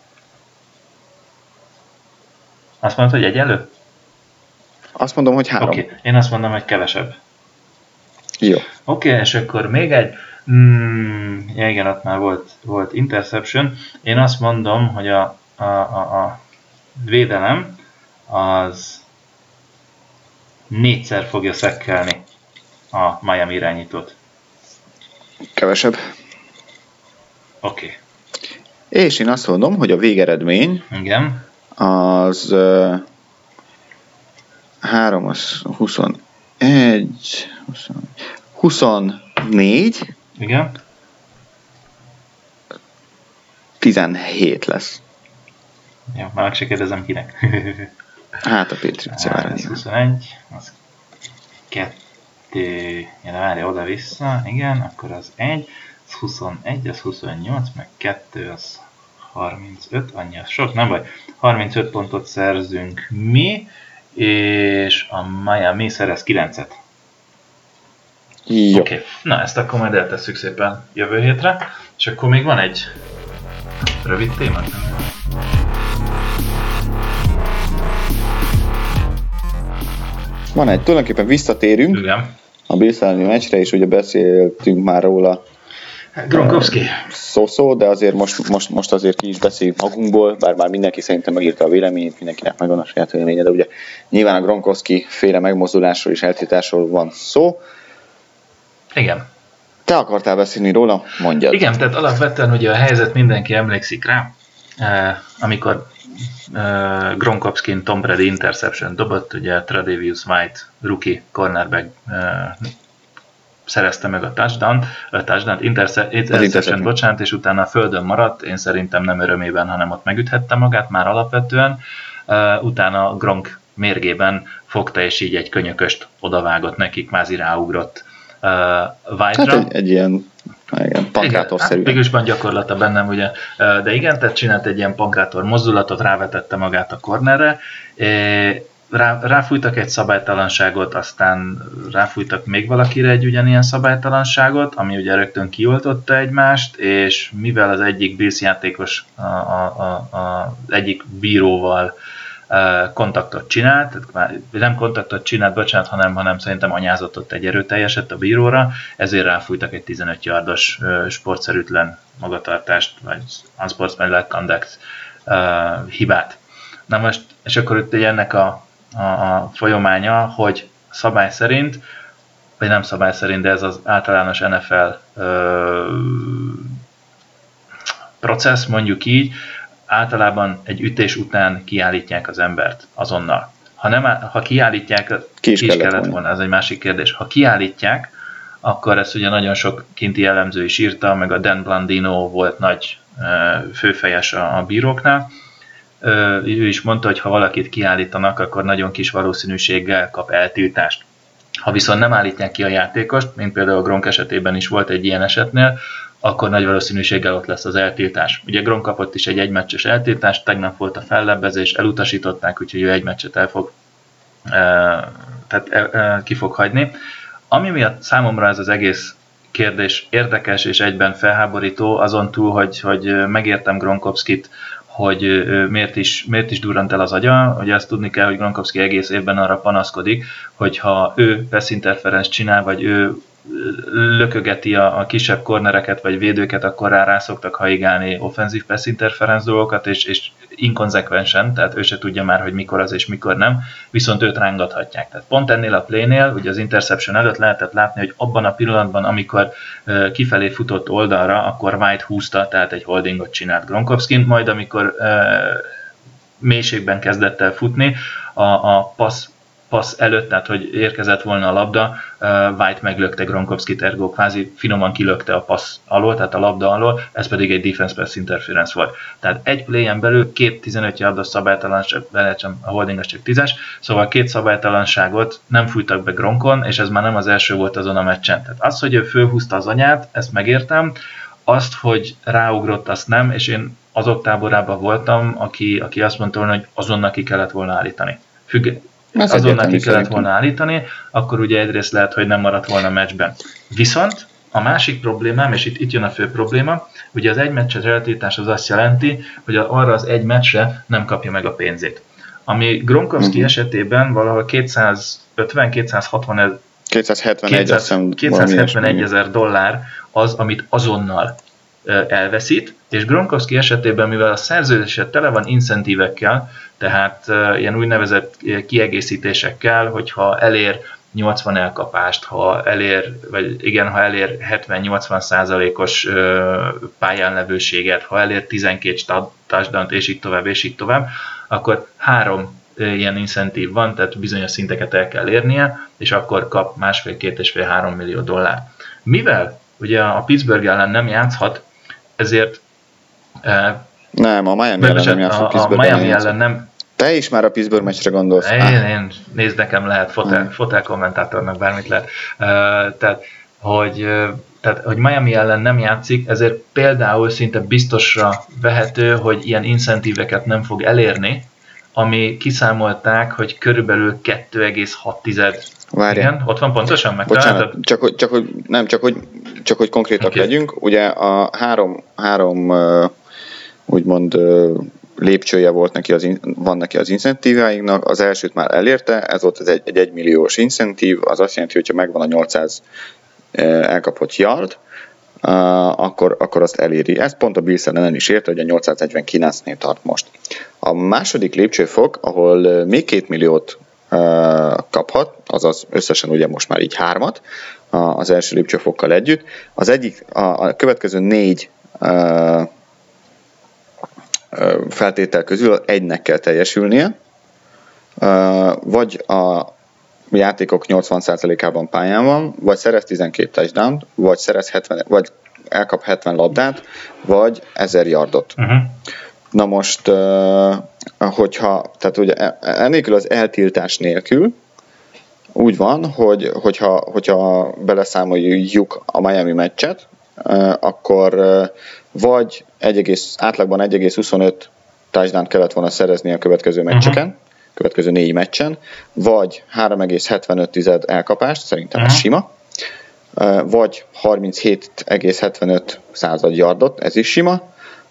Azt mondod, hogy egyenlő? Azt mondom, hogy három. Oké, okay. Én azt mondom, hogy kevesebb. Jó. Oké, okay, és akkor még egy, mm, ja igen, ott már volt, volt interception. Én azt mondom, hogy a, a, a, a védelem az négyszer fogja szekkelni a Miami irányítót. Kevesebb. Oké. Okay. És én azt mondom, hogy a végeredmény igen. az uh, három, az huszonegy, huszonnégy, igen. tizenhét lesz. Jó, már meg se kérdezem kinek. Hát a Patriots várja. Ez huszonegy, az kettő, ja, várja oda-vissza, igen, akkor az egy, az huszonegy, az huszonnyolc, meg kettő, az harmincöt, annyi az sok, nem baj. harmincöt pontot szerzünk mi, és a Miami szerez kilencet. Jó. Oké, okay. Na ezt akkor majd eltesszük szépen jövő hétre, és akkor még van egy rövid téma. Van egy, tulajdonképpen visszatérünk igen. A Bills elleni meccsre, és ugye beszéltünk már róla Gronkowski. Szó-szó, de azért most, most, most azért ki is beszéljük magunkból, bár már mindenki szerintem megírta a véleményét, mindenkinek megvan a saját véleménye, de ugye nyilván a Gronkowski féle megmozdulásról és eltiltásról van szó. Igen. Te akartál beszélni róla? Mondjad. Igen, tehát alapvetően ugye a helyzet mindenki emlékszik rá, eh, amikor eh, Gronkowski Tom Brady interception dobott, ugye Tredavious White rookie cornerback eh, szerezte meg a touchdown, a touchdown interce- interception, bocsánat, és utána a földön maradt, én szerintem nem örömében, hanem ott megüthette magát már alapvetően, uh, utána Gronk mérgében fogta, és így egy könyököst odavágott neki, kvázi ráugrott uh, White-ra. Hát egy, egy ilyen igen, pankrátorszerű. Hát végülis van gyakorlata bennem, ugye, uh, de igen, tehát csinált egy ilyen pankrátor mozdulatot, rávetette magát a cornerre, és Rá, ráfújtak egy szabálytalanságot, aztán ráfújtak még valakire egy ugyanilyen szabálytalanságot, ami ugye rögtön kioltotta egymást, és mivel az egyik Bills játékos a, a, a, a egyik bíróval uh, kontaktot csinált, tehát nem kontaktot csinált, bocsánat, hanem, hanem szerintem anyázott ott egy erőteljeset a bíróra, ezért ráfújtak egy tizenöt yardos uh, sportszerűtlen magatartást, vagy unsportsmanlike conduct uh, hibát. Na most, és akkor itt ennek a A, a folyamánya, hogy szabály szerint, vagy nem szabály szerint, de ez az általános en ef el ö, processz, mondjuk így, általában egy ütés után kiállítják az embert azonnal. Ha, nem, ha kiállítják, ki is, ki is kellett, kellett volna, ez egy másik kérdés. Ha kiállítják, akkor ezt ugye nagyon sok kinti jellemző is írta, meg a Dan Blandino volt nagy ö, főfejes a, a bíróknál. Ő is mondta, hogy ha valakit kiállítanak, akkor nagyon kis valószínűséggel kap eltiltást. Ha viszont nem állítják ki a játékost, mint például a Gronk esetében is volt egy ilyen esetnél, akkor nagy valószínűséggel ott lesz az eltiltás. Ugye Gronk kapott is egy egymeccses eltiltást, tegnap volt a fellebbezés, elutasították, úgyhogy ő egy meccset el fog, tehát ki fog hagyni. Ami miatt számomra ez az egész kérdés érdekes és egyben felháborító, azon túl, hogy, hogy megértem Gronkowskit, hogy miért is, miért is durrant el az agya. Ugye azt tudni kell, hogy Gronkowski egész évben arra panaszkodik, hogy ha ő pass interference csinál, vagy ő lökögeti a, a kisebb kornereket vagy védőket, akkor rá, rá szoktak haigálni offenzív pass interference dolgokat, és, és inkonzekvensen, tehát ő se tudja már, hogy mikor az és mikor nem, viszont őt rángathatják. Tehát pont ennél a playnél, ugye az interception előtt lehetett látni, hogy abban a pillanatban, amikor uh, kifelé futott oldalra, akkor White húzta, tehát egy holdingot csinált Gronkowskin, majd amikor uh, mélységben kezdett el futni, a, a passz passz előtt, tehát hogy érkezett volna a labda, White meglökte Gronkowskit, ergo kvázi finoman kilökte a passz alól, tehát a labda alól, ez pedig egy defense pass interference volt. Tehát egy playen belül két tizenöt yardos szabálytalanság, a holding az csak tízes, szóval két szabálytalanságot nem fújtak be Gronkon, és ez már nem az első volt azon a meccsen. Tehát az, hogy ő fölhúzta az anyát, ezt megértem, azt, hogy ráugrott, azt nem, és én azok táborában voltam, aki, aki azt mondta volna, hogy azonnal ki kellett volna állítani. Függ, azonnal ki kellett volna állítani, akkor ugye egyrészt lehet, hogy nem maradt volna a meccsben. Viszont a másik problémám, és itt, itt jön a fő probléma, ugye az egy meccses eltiltás az azt jelenti, hogy arra az egy meccsre nem kapja meg a pénzét. Ami Gronkowski uh-huh. esetében valahol kétszázötven-kétszázhatvan kétszázhetvenegy ezer dollár az, amit azonnal elveszít, és Gronkowski esetében, mivel a szerződése tele van incentívekkel, tehát uh, ilyen úgynevezett kiegészítésekkel, hogyha elér nyolcvan elkapást, ha elér, vagy igen, ha elér hetven-nyolcvan százalékos uh, pályán levőséget, ha elér tizenkét touchdownt, és így tovább, és így tovább, akkor három uh, ilyen incentív van, tehát bizonyos szinteket el kell érnie, és akkor kap másfél, két és fél, három millió dollár. Mivel ugye a Pittsburgh ellen nem játszhat, ezért uh, nem, a Miami ellen nem játszhat. A, a Miami ellen nem. Te is már a Pittsburgh meccsre gondolsz. Én, én nézd, nekem lehet, fotel, hmm. fotel kommentátornak bármit lehet. Uh, tehát, hogy, uh, tehát, hogy Miami ellen nem játszik, ezért például szinte biztosra vehető, hogy ilyen incentíveket nem fog elérni, ami kiszámolták, hogy körülbelül kettő egész hat tized. Várjál. Igen, ott van pontosan megtaláltad? Bocsánat, csak hogy, csak, hogy, nem, csak hogy, csak hogy konkrétak okay. legyünk. Ugye a három, három uh, úgymond uh, lépcsője volt neki az, van neki az incentíváinknak, az elsőt már elérte, ez volt egy, egy egymilliós incentív, az azt jelenti, hogyha megvan a nyolcszáz elkapott yard, akkor, akkor azt eléri. Ezt pont a Bills ellen is érte, hogy a nyolcszáznegyvenkilencnél tart most. A második lépcsőfok, ahol még két milliót kaphat, azaz összesen ugye most már így hármat az első lépcsőfokkal együtt. Az egyik, a következő négy feltétel közül egynek kell teljesülnie, vagy a játékok nyolcvan százalékában pályán van, vagy szerez tizenkét touchdown, vagy szerez hetven, vagy elkap hetven labdát, vagy ezer yardot. Uh-huh. Na most, hogyha, tehát ugye ennélkül az eltiltás nélkül úgy van, hogy hogyha, hogyha beleszámoljuk a Miami meccset, akkor vagy egy, átlagban egy egész huszonöt touchdown kellett volna szerezni a következő meccseken, uh-huh. következő négy meccsen, vagy három egész hetvenöt elkapást, szerintem uh-huh. ez sima, vagy harminchét egész hetvenöt század yardot, ez is sima,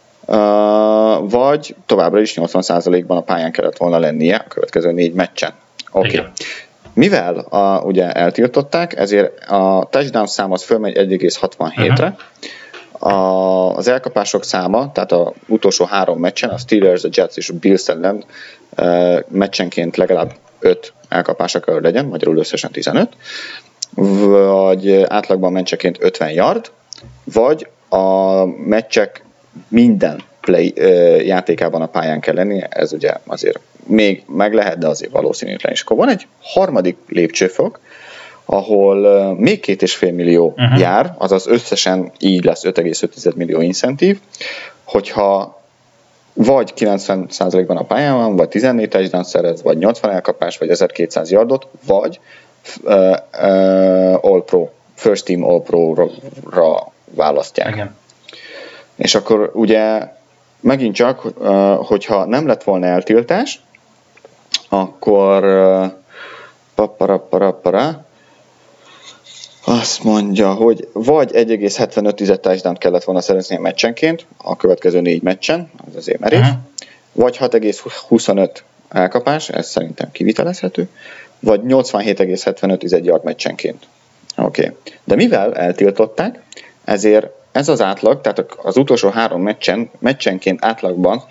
vagy továbbra is nyolcvan százalékban a pályán kellett volna lennie a következő négy meccsen. Oké. Okay. Mivel a, ugye eltiltották, ezért a touchdown szám az fölmegy egy egész hatvanhétre, uh-huh. a, az elkapások száma, tehát az utolsó három meccsen, a Steelers, a Jets és a Bills ellen uh, meccsenként legalább öt elkapása kell legyen, magyarul összesen tizenöt, vagy átlagban meccsenként ötven yard, vagy a meccsek minden play uh, játékában a pályán kell lennie, ez ugye azért még meg lehet, de azért valószínűtlen is. Akkor van egy harmadik lépcsőfok, ahol uh, még két és fél millió uh-huh. jár, azaz összesen így lesz öt egész öt millió incentív, hogyha vagy kilencven százalékban a pályán van, vagy tizennégy touchdown szerez, vagy nyolcvan elkapás, vagy ezerkétszáz yardot, vagy uh, uh, All Pro, First Team All Pro-ra választják. Igen. És akkor ugye megint csak, uh, hogyha nem lett volna eltiltás, akkor uh, paparapparapara, azt mondja, hogy vagy egy egész hetvenöt touchdown kellett volna szerezni a meccsenként, a következő négy meccsen, az azért merész, uh-huh. vagy hat egész huszonöt elkapás, ez szerintem kivitelezhető, vagy nyolcvanhét egész hetvenöt yard meccsenként. Oké. Okay. De mivel eltiltották, ezért ez az átlag, tehát az utolsó három meccsen, meccsenként átlagban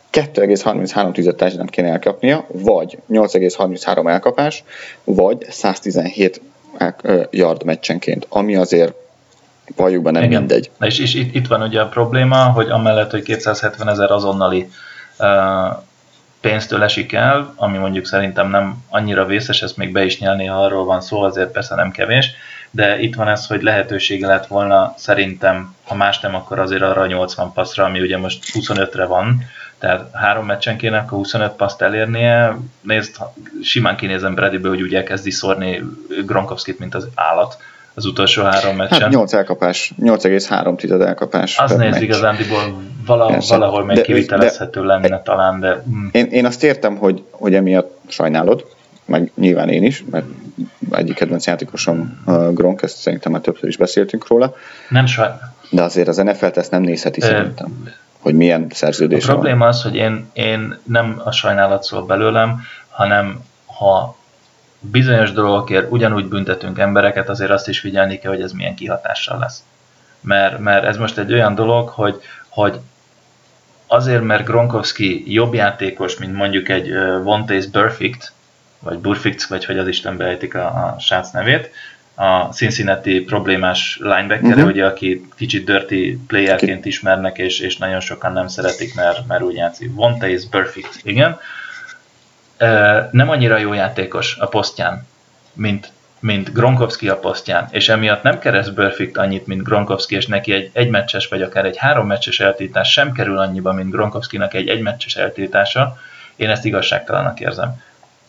kettő egész harminchárom touchdown kéne elkapnia, vagy nyolc egész harminchárom elkapás, vagy száztizenhét yard meccsenként, ami azért valójában nem Igen. mindegy. Na és, és itt, itt van ugye a probléma, hogy amellett, hogy kétszázhetven ezer azonnali uh, pénztől esik el, ami mondjuk szerintem nem annyira vészes, ezt még be is nyelni, ha arról van szó, azért persze nem kevés, de itt van ez, hogy lehetősége lett volna szerintem, ha más nem, akkor azért arra a nyolcvan passzra, ami ugye most huszonötre van, tehát három meccsen kéne akkor huszonöt paszt elérnie. Nézd, simán kinézem Bradyből, hogy úgy elkezdi szórni Gronkowskit, mint az állat az utolsó három meccsen. Hát nyolc elkapás, nyolc egész három elkapás. Az nézd igazándiból vala, valahol még kivitelezhető lenne de, talán, de... Mm. Én, én azt értem, hogy, hogy emiatt sajnálod, meg nyilván én is, mert egyik kedvenc játékosom uh, Gronk, ezt szerintem már többször is beszéltünk róla. Nem sajnál. De azért az en ef el-t ezt nem nézheti szerintem, hogy milyen szerződés van. A probléma van az, hogy én, én nem a sajnálat szól belőlem, hanem ha bizonyos dolgokért ugyanúgy büntetünk embereket, azért azt is figyelni kell, hogy ez milyen kihatással lesz. Mert, mert ez most egy olyan dolog, hogy, hogy azért, mert Gronkowski jobb játékos, mint mondjuk egy uh, Vontaze Burfict, vagy Burfict, vagy hogy az Isten beejtik a, a srác nevét, a Cincinnati problémás linebacker, uh-huh. ugye, aki kicsit dirty playerként ismernek, és, és nagyon sokan nem szeretik, mert, mert úgy játszik. Vontaze Burfict, igen. Nem annyira jó játékos a posztján, mint, mint Gronkowski a posztján, és emiatt nem kereszt Burfict annyit, mint Gronkowski, és neki egy egymeccses, vagy akár egy három meccses eltiltás sem kerül annyiba, mint Gronkowskinak egy egymeccses eltiltása. Én ezt igazságtalannak érzem.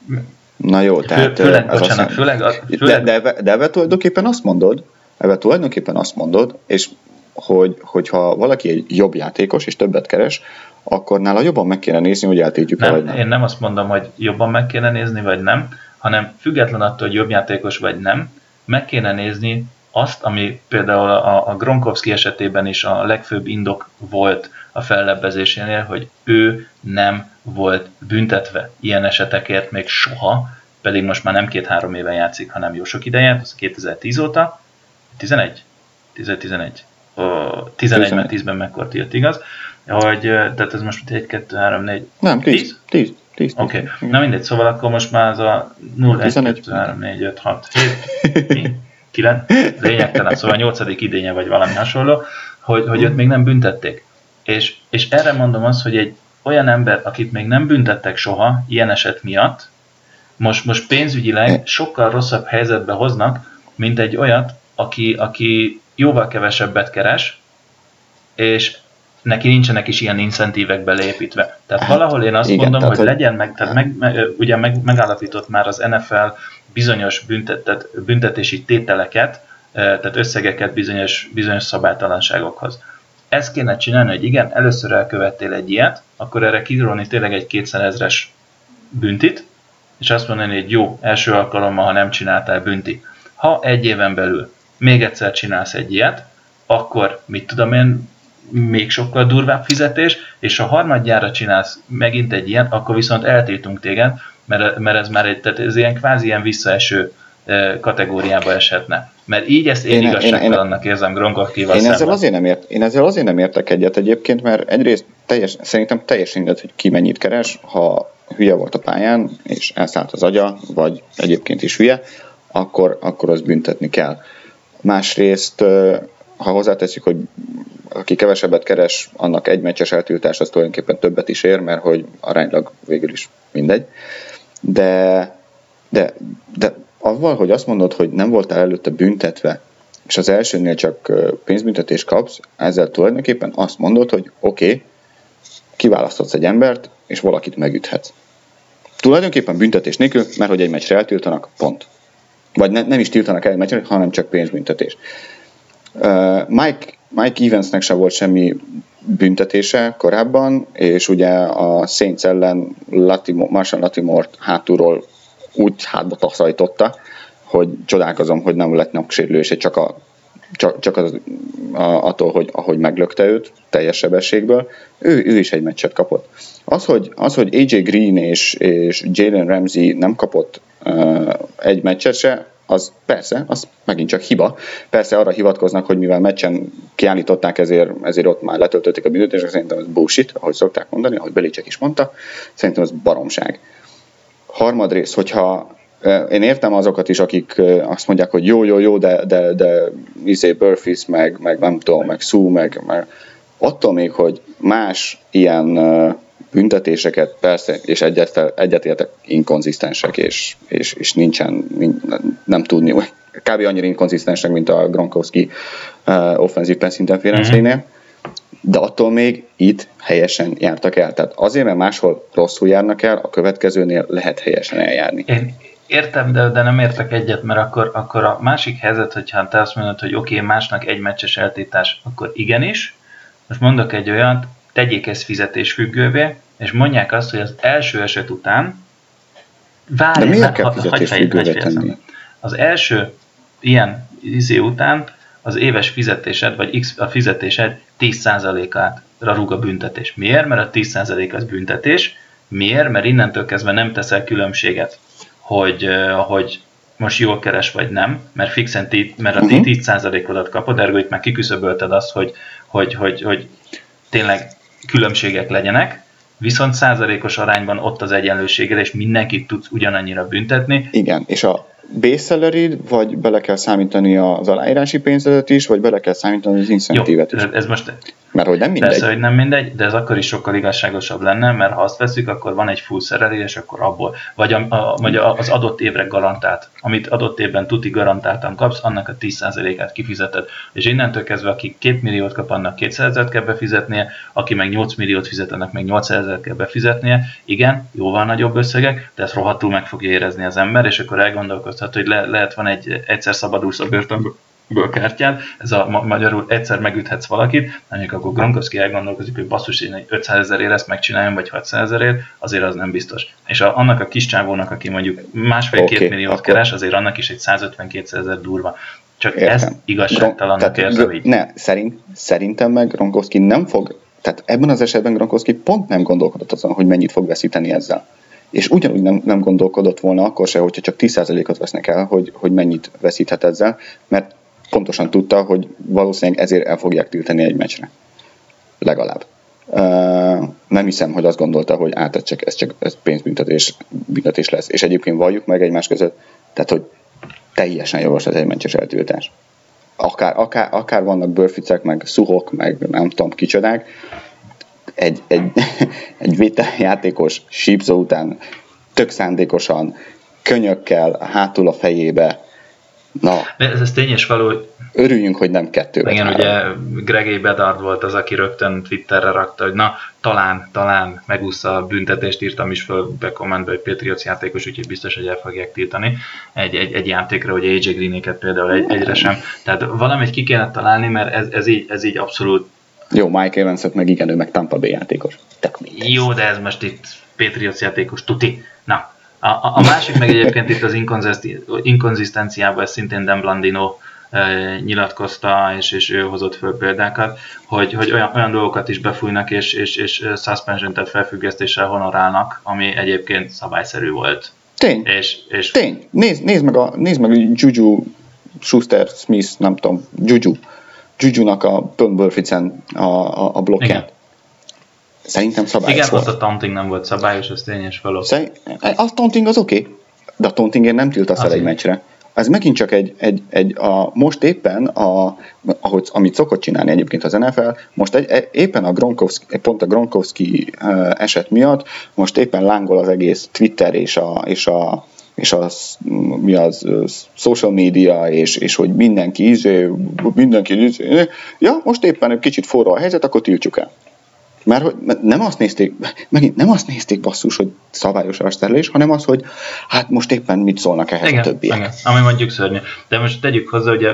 Na jó, tehát... Fő, főleg, bocsánat, azt főleg, főleg... De, de, de ebben tulajdonképpen azt mondod, ebben tulajdonképpen azt mondod, és hogy, hogyha valaki egy jobb játékos, és többet keres, akkor nála jobban meg kéne nézni, hogy eltiltjük el, vagy nem. Én nem azt mondom, hogy jobban meg kéne nézni, vagy nem, hanem független attól, hogy jobb játékos, vagy nem, meg kéne nézni azt, ami például a, a Gronkowski esetében is a legfőbb indok volt a fellebbezésénél, hogy ő nem volt büntetve ilyen esetekért még soha, pedig most már nem két-három éve játszik, hanem jó sok ideje, az kétezer-tíz óta, tizenegy? tíz-tizenegy. tizenegy, mert tízben mekkor tilt, igaz? Hogy, tehát ez most egy, kettő, három, négy, nem, tíz? tíz. tíz. Oké, okay. Na mindegy, szóval akkor most már az a nulla, egy, kettő, három, négy, öt, hat, hét, kilenc, lényegtelen, szóval nyolcadik idénye vagy valami hasonló, hogy, hogy őt még nem büntették. És, és erre mondom azt, hogy egy olyan ember, akit még nem büntettek soha, ilyen eset miatt, most, most pénzügyileg sokkal rosszabb helyzetbe hoznak, mint egy olyat, aki, aki jóval kevesebbet keres, és neki nincsenek is ilyen incentívek beleépítve. Tehát hát, valahol én azt igen, mondom, tehát, hogy legyen meg, tehát meg, meg, ugye meg, megállapított már az en ef el bizonyos büntet, büntetési tételeket, tehát összegeket bizonyos, bizonyos szabálytalanságokhoz. Ezt kéne csinálni, hogy igen, először elkövettél egy ilyet, akkor erre kiróni tényleg egy kétszázezres büntit, és azt mondani, hogy jó, első alkalommal, ha nem csináltál bünti. Ha egy éven belül még egyszer csinálsz egy ilyet, akkor mit tudom én, még sokkal durvább fizetés, és ha harmadjára csinálsz megint egy ilyen, akkor viszont eltiltunk téged, mert, mert ez már egy, tehát ez ilyen kvázi ilyen visszaeső kategóriába eshetne. Mert így ezt én, én igazságtalannak érzem Gronkowskival én ezzel azért nem ért, Én ezzel azért nem értek egyet egyébként, mert egyrészt teljes, szerintem teljesen mindegy, hogy ki mennyit keres, ha hülye volt a pályán, és elszállt az agya, vagy egyébként is hülye, akkor, akkor azt büntetni kell. Másrészt, ha hozzáteszük, hogy aki kevesebbet keres, annak egy meccses eltiltás az tulajdonképpen többet is ér, mert hogy aránylag végül is mindegy. De, de, de avval, hogy azt mondod, hogy nem voltál előtte büntetve, és az elsőnél csak pénzbüntetést kapsz, ezzel tulajdonképpen azt mondod, hogy oké, okay, kiválaszthatsz egy embert, és valakit megüthetsz. Tulajdonképpen büntetés nélkül, mert hogy egy meccsre eltiltanak, pont. Vagy ne, nem is tiltanak el egy meccsre, hanem csak pénzbüntetés. Uh, Mike, Mike Evansnek sem volt semmi büntetése korábban, és ugye a Saints ellen Latimore, Marshall Latimore-t hátulról úgy hátba taszajtotta, hogy csodálkozom, hogy nem lett napsérülése, csak, a, csak, csak az, a, attól, hogy ahogy meglökte őt teljes sebességből, ő, ő is egy meccset kapott. Az, hogy, az, hogy á jé Green és, és Jalen Ramsey nem kapott uh, egy meccset se, az persze, az megint csak hiba. Persze arra hivatkoznak, hogy mivel meccsen kiállították, ezért, ezért ott már letöltötték a büntetést, szerintem ez bullshit, ahogy szokták mondani, ahogy Belichick is mondta, szerintem ez baromság. Harmadrészt, hogyha én értem azokat is, akik azt mondják, hogy jó, jó, jó, de, de, de izé Burfiss, meg, meg nem tudom, meg Sue, meg, meg attól még, hogy más ilyen büntetéseket persze, és egyetértek inkonzisztensek, és, és, és nincsen, nem tudni, kb. Annyira inkonzisztensek, mint a Gronkowski uh, offenzív pass interferencénél, mm-hmm. de attól még itt helyesen jártak el. Tehát azért, mert máshol rosszul járnak el, a következőnél lehet helyesen eljárni. Én értem, de, de nem értek egyet, mert akkor, akkor a másik helyzet, hogyha te azt mondod, hogy oké, okay, másnak egy meccses eltiltás, akkor igenis. Most mondok egy olyat, tegyék ezt fizetésfüggővé, és mondják azt, hogy az első eset után várj, de miért kell fizetésfüggővé tenni? Az első ilyen izé után az éves fizetésed, vagy X a fizetésed tíz százalékára rúg a büntetés. Miért? Mert a tíz százalék az büntetés. Miért? Mert innentől kezdve nem teszel különbséget, hogy, hogy most jól keres vagy nem, mert fixen tí, mert a uh-huh. tíz százalékodat kapod, ergo itt már kiküszöbölted azt, hogy, hogy, hogy, hogy tényleg különbségek legyenek, viszont százalékos arányban ott az egyenlőséggel, és mindenkit tudsz ugyanannyira büntetni. Igen, és a base salary, vagy bele kell számítani az aláírási pénzedet is, vagy bele kell számítani az incentívet is. Ez most mert hogy nem mindegy. Persze, hogy nem mindegy, de ez akkor is sokkal igazságosabb lenne, mert ha azt veszük, akkor van egy full salary, és akkor abból, vagy, a, a, vagy az adott évre garantált, amit adott évben tuti garantáltan kapsz, annak a tíz százalékát kifizeted. És innentől kezdve, aki két milliót kap, annak kétszázezret kell befizetnie, aki meg nyolc milliót fizet, annak meg nyolcszázezret kell befizetnie. Igen, jóval nagyobb összegek, de ezt rohadtul meg fogja érezni az ember, és akkor elgondolkozhat, hogy le, lehet van egy egyszer szabadulsz a börtönből kártyád, ez a ma- magyarul egyszer megüthetsz valakit, mondjuk akkor Gronkowski elgondolkozik, hogy basszus, én egy ötszázezerért ezt megcsináljam, vagy hatszázezerért, azért az nem biztos. És a, annak a kis csávónak, aki mondjuk másfél-két okay, milliót akkor keres, azért annak is egy százötven-kétszázezer durva. Csak értem. Ez igazságtalannak érzem így. Ne, szerint, szerintem meg Gronkowski nem fog, tehát ebben az esetben Gronkowski pont nem gondolkodott azon, hogy mennyit fog veszíteni ezzel. És ugyanúgy nem, nem gondolkodott volna akkor se, hogyha csak tíz százalékot vesznek el, hogy, hogy mennyit veszíthet ezzel, mert pontosan tudta, hogy valószínűleg ezért el fogják tiltani egy meccsre. Legalább. Uh, nem hiszem, hogy azt gondolta, hogy át, ez csak, ez csak ez pénzbüntetés büntetés lesz. És egyébként valljuk meg egymás között, tehát, hogy teljesen jogos az egy meccses eltiltás. Akár, akár, akár vannak Burfissek, meg Suhok, meg nem tudom kicsodák, egy, egy, egy vételjátékos sípzó után tök szándékosan, könyökkel hátul a fejébe. Na, ez, ez tényes való. Örüljünk, hogy nem kettő. Igen, ugye Greg A. Bedard volt az, aki rögtön Twitterre rakta, hogy na, talán, talán megúszza a büntetést, írtam is föl be kommentbe, hogy Patriots játékos, úgyhogy biztos, hogy el fogják tiltani egy, egy, egy játékra, hogy á jé Greenéket például egy, egyre sem. Tehát valamit ki kéne találni, mert ez, ez, így, ez így abszolút. Jó, Mike Evans-et meg igen, ő meg Tampa Bay játékos. Jó, de ez most itt Patriots játékos, tuti. Na, a, a, a másik meg egyébként itt az inkonzisztenciában, ez szintén Dan Blandino e, nyilatkozta, és, és ő hozott föl példákat, hogy, hogy olyan, olyan dolgokat is befújnak, és, és, és suspension, tehát felfüggesztéssel honorálnak, ami egyébként szabályszerű volt. Tény, és, és tény. Nézd, nézd meg a nézd meg a Juju Schuster-Smith, nem tudom, Juju. Juju-nak a Burfissen a, a, a blokkját. Igen. Szerintem szabályos igen, volt. Igen, ott a taunting nem volt szabályos, ez tényes való. Szerint, a taunting az oké, okay, de a tauntingért nem tiltasz el egy meccsre. Ez megint csak egy, egy, egy a, most éppen, a, ahogy, amit szokott csinálni egyébként az en ef el, most egy, éppen a Gronkowski, pont a Gronkowski eset miatt, most éppen lángol az egész Twitter és a, és a és az, mi az, social media, és, és hogy mindenki izé, mindenki izé, ja, most éppen egy kicsit forró a helyzet, akkor tiltsuk el. Mert hogy nem azt nézték, megint nem azt nézték basszus, hogy szabályos arcterlés, hanem az, hogy hát most éppen mit szólnak ehhez igen, a többiek. Igen, ami mondjuk szörnyű. De most tegyük hozzá, ugye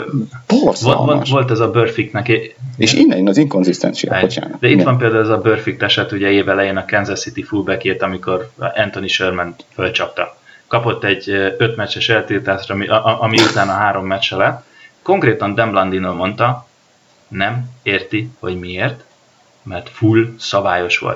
volt, volt ez a Burfict-nek. És innen jön az inkonzisztencia, bocsánat. De itt igen. Van például ez a Burfict eset, ugye év elején a Kansas City fullbackjét, amikor Anthony Sherman fölcsapta. Kapott egy öt meccses eltiltást, ami, ami utána három meccse lett. Konkrétan Dan Blandino mondta, nem érti, hogy miért, mert full szabályos volt.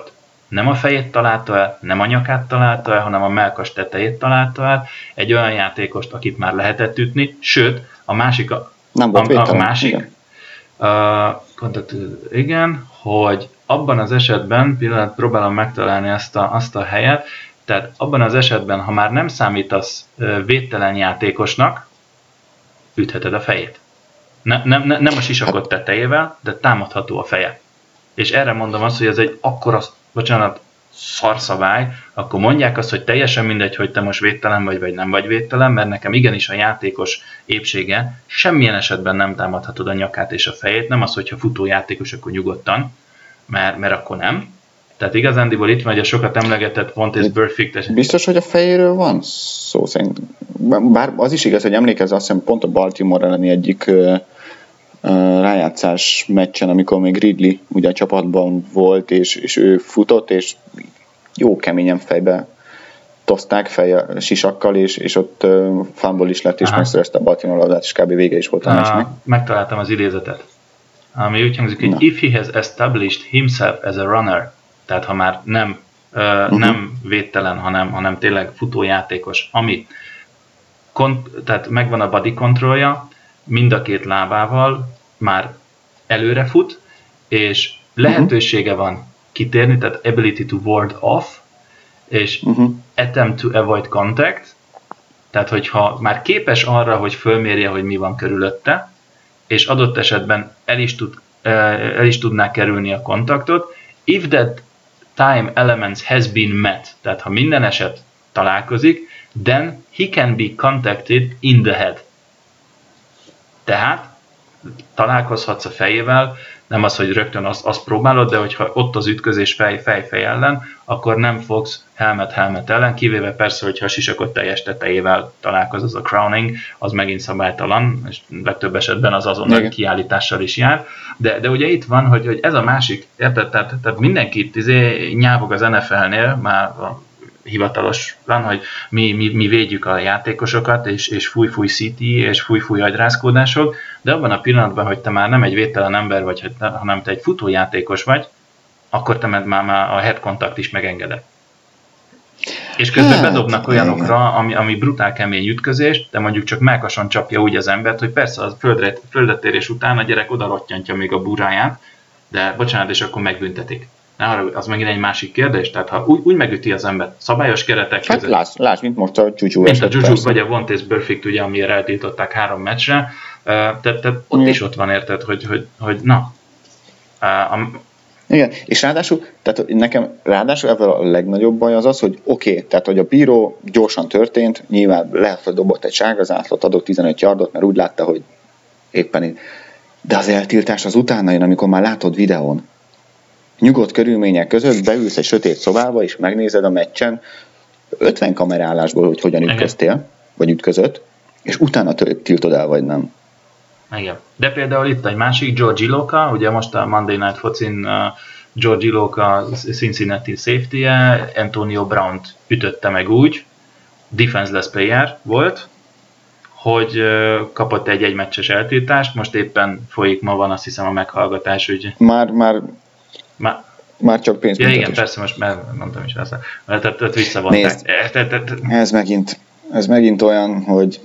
nem a fejét találta el, nem a nyakát találta el, hanem a mellkas tetejét találta el, egy olyan játékost, akit már lehetett ütni, sőt, a másik, a, nem volt a, a másik, igen. Uh, kontakt, igen, hogy abban az esetben, pillanat, próbálom megtalálni azt a, azt a helyet, tehát abban az esetben, ha már nem számítasz védtelen játékosnak, ütheted a fejét. Ne, nem, ne, nem a sisakot tetejével, de támadható a feje. És erre mondom azt, hogy ez egy akkora, bocsánat, szarszabály, akkor mondják azt, hogy teljesen mindegy, hogy te most védtelen vagy, vagy nem vagy védtelen, mert nekem igenis a játékos épsége semmilyen esetben nem támadhatod a nyakát és a fejét, nem az, hogyha futójátékos, akkor nyugodtan, mert, mert akkor nem. Tehát igazándiból itt van, hogy a sokat emlegetett Vontaze Burfict. Biztos, hogy a fejéről van szó szerint. Bár az is igaz, hogy emlékezz, azt hiszem pont a Baltimore elleni egyik uh, uh, rájátszás meccsen, amikor még Ridley ugye a csapatban volt, és, és ő futott, és jó keményen fejbe tozták fejjel, sisakkal, és, és ott uh, fumble is lett, és megszerezte a Baltimore labdát, és kb. Vége is volt a meccsnek. Megtaláltam az idézetet, ami úgy hangzik, hogy if he has established himself as a runner, tehát ha már nem, uh, uh-huh. nem védtelen, hanem, hanem tényleg futójátékos, ami kont- tehát megvan a body controlja, mind a két lábával már előre fut, és lehetősége uh-huh. van kitérni, tehát ability to ward off, és uh-huh. attempt to avoid contact, tehát hogyha már képes arra, hogy fölmérje, hogy mi van körülötte, és adott esetben el is, tud, el is tudná kerülni a kontaktot, if that time elements has been met, tehát ha minden eset találkozik, then he can be contacted in the head. Tehát találkozhatsz a fejével, nem az, hogy rögtön azt, azt próbálod, de hogyha ott az ütközés fej-fej ellen, akkor nem fogsz helmet-helmet ellen, kivéve persze, hogyha a sisakot teljes tetejével találkoz, az a crowning, az megint szabálytalan, és legtöbb esetben az azonnal kiállítással is jár. De, de ugye itt van, hogy, hogy ez a másik, érted? Tehát, tehát mindenki itt izé nyávog az en ef el-nél, már a hivatalosan, hogy mi, mi, mi védjük a játékosokat, és, és fúj-fúj cé té, és fúj-fúj agyrázkódások, de abban a pillanatban, hogy te már nem egy védtelen ember vagy, hanem te egy futójátékos vagy, akkor te már, már a head contact is megengedett. És közben hát, bedobnak olyanokra, ami, ami brutál kemény ütközés, de mondjuk csak mellkason csapja úgy az embert, hogy persze a földre, földetérés után a gyerek oda rottyantja még a burráját, de bocsánat, és akkor megbüntetik. Na, az megint egy másik kérdés, tehát ha úgy, úgy megüti az ember, szabályos keretek hát között. Láss, láss, mint most a Juju mint a Juju, vagy a Vontaze Burfict, ugye, amire eltiltották három meccsre, tehát, tehát ott mm. is ott van, érted, hogy, hogy, hogy na. A, igen, és ráadásul, tehát nekem ráadásul ebből a legnagyobb baj az az, hogy oké, okay, tehát hogy a bíró gyorsan történt, nyilván lehet, hogy dobott egy sárgazászlót, adott tizenöt yardot, mert úgy látta, hogy éppen így. De az eltiltás az utána jön, amikor már látod videón. Nyugodt körülmények között beülsz egy sötét szobába, és megnézed a meccsen ötven kamerálásból, hogy hogyan ütköztél, vagy ütközött, és utána tiltod el, vagy nem. Igen. De például itt egy másik, George Iloka, ugye most a Monday Night Focin uh, George Iloka Cincinnati safety-je, Antonio Brown-t ütötte meg úgy, defenseless player volt, hogy uh, kapott egy egymeccses eltiltást, most éppen folyik, ma van azt hiszem a meghallgatás, úgy... Már, már, már, már csak pénzbüntetés. Ja, igen, persze, most már mondtam is ezt, mert tehát visszavonták. Ez megint, ez megint olyan, hogy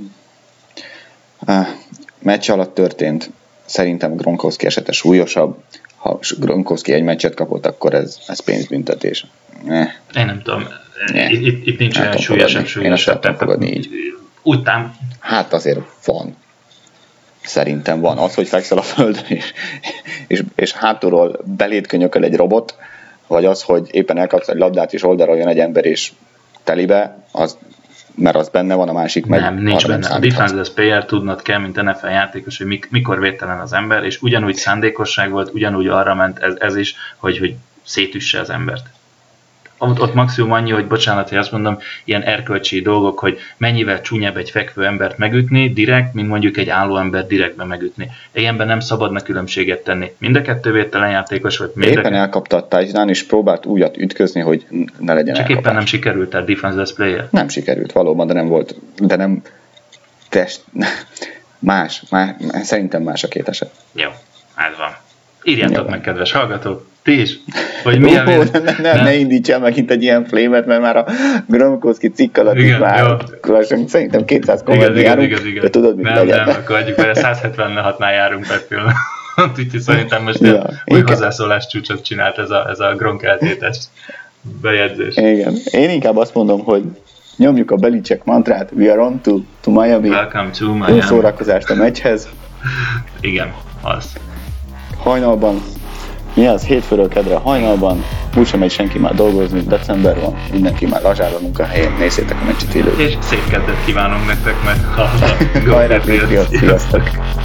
ah, meccs alatt történt. Szerintem Gronkowski esete súlyosabb. Ha Gronkowski egy meccset kapott, akkor ez, ez pénzbüntetés. Eh. Én nem tudom. Eh. Itt, itt nincs olyan súlyosabb, súlyosabb. Én azt fogadni így. Úgy tám... Hát azért van. Szerintem van. Az, hogy fekszel a földön, és, és, és hátulról beléd könyököl egy robot, vagy az, hogy éppen elkapsz egy labdát, és oldalról jön egy ember, és telibe, az, mert az benne van, a másik meg... Nem, nincs benne. A defenseless player tudnod kell, mint en ef el játékos, hogy mikor védtelen az ember, és ugyanúgy szándékosság volt, ugyanúgy arra ment ez, ez is, hogy, hogy szétüsse az embert. Ott, ott maximum annyi, hogy bocsánat, hogy azt mondom, ilyen erkölcsi dolgok, hogy mennyivel csúnyább egy fekvő embert megütni direkt, mint mondjuk egy álló embert direktbe megütni. Ilyenben nem szabadna különbséget tenni. Mind a kettő védtelen játékos volt. Éppen a... elkapta a touchdown, és próbált újat ütközni, hogy ne legyen Csak elkapás. éppen nem sikerült, tehát defenseless player. Nem sikerült, valóban, de nem volt, de nem test, más, más szerintem más a két eset. Jó, ez van. Írjátok Jó. meg, kedves hallgatók, Ti is? Hogy mi a ne, ne, ne, ne indítsál megint egy ilyen flémet, mert már a Gronkowski cikk alatt igen, már lassan, szerintem kétszáz kommentben járunk, igaz, igaz. De tudod, mit nem, legyen. Nem, akkor adjuk bele, száz hetvenhatnál járunk per pillanat. Úgyhogy szerintem most ja, új hozzászólás csúcsot csinált ez a, ez a Gronk eltétes bejegyzés. Igen. Én inkább azt mondom, hogy nyomjuk a Belichick mantrát, we are on to, to Miami. Welcome to Miami. Jó szórakozást a meccshez. Igen, az. Hajnalban, mi az? Hétfőről kedre hajnalban, úgysem megy senki már dolgozni, december van, mindenki már lazsál a munkahelyén, nézzétek a meccset élőt. És szép kedvet kívánunk nektek, mert ha a Hajrá, Patriots, sziasztok!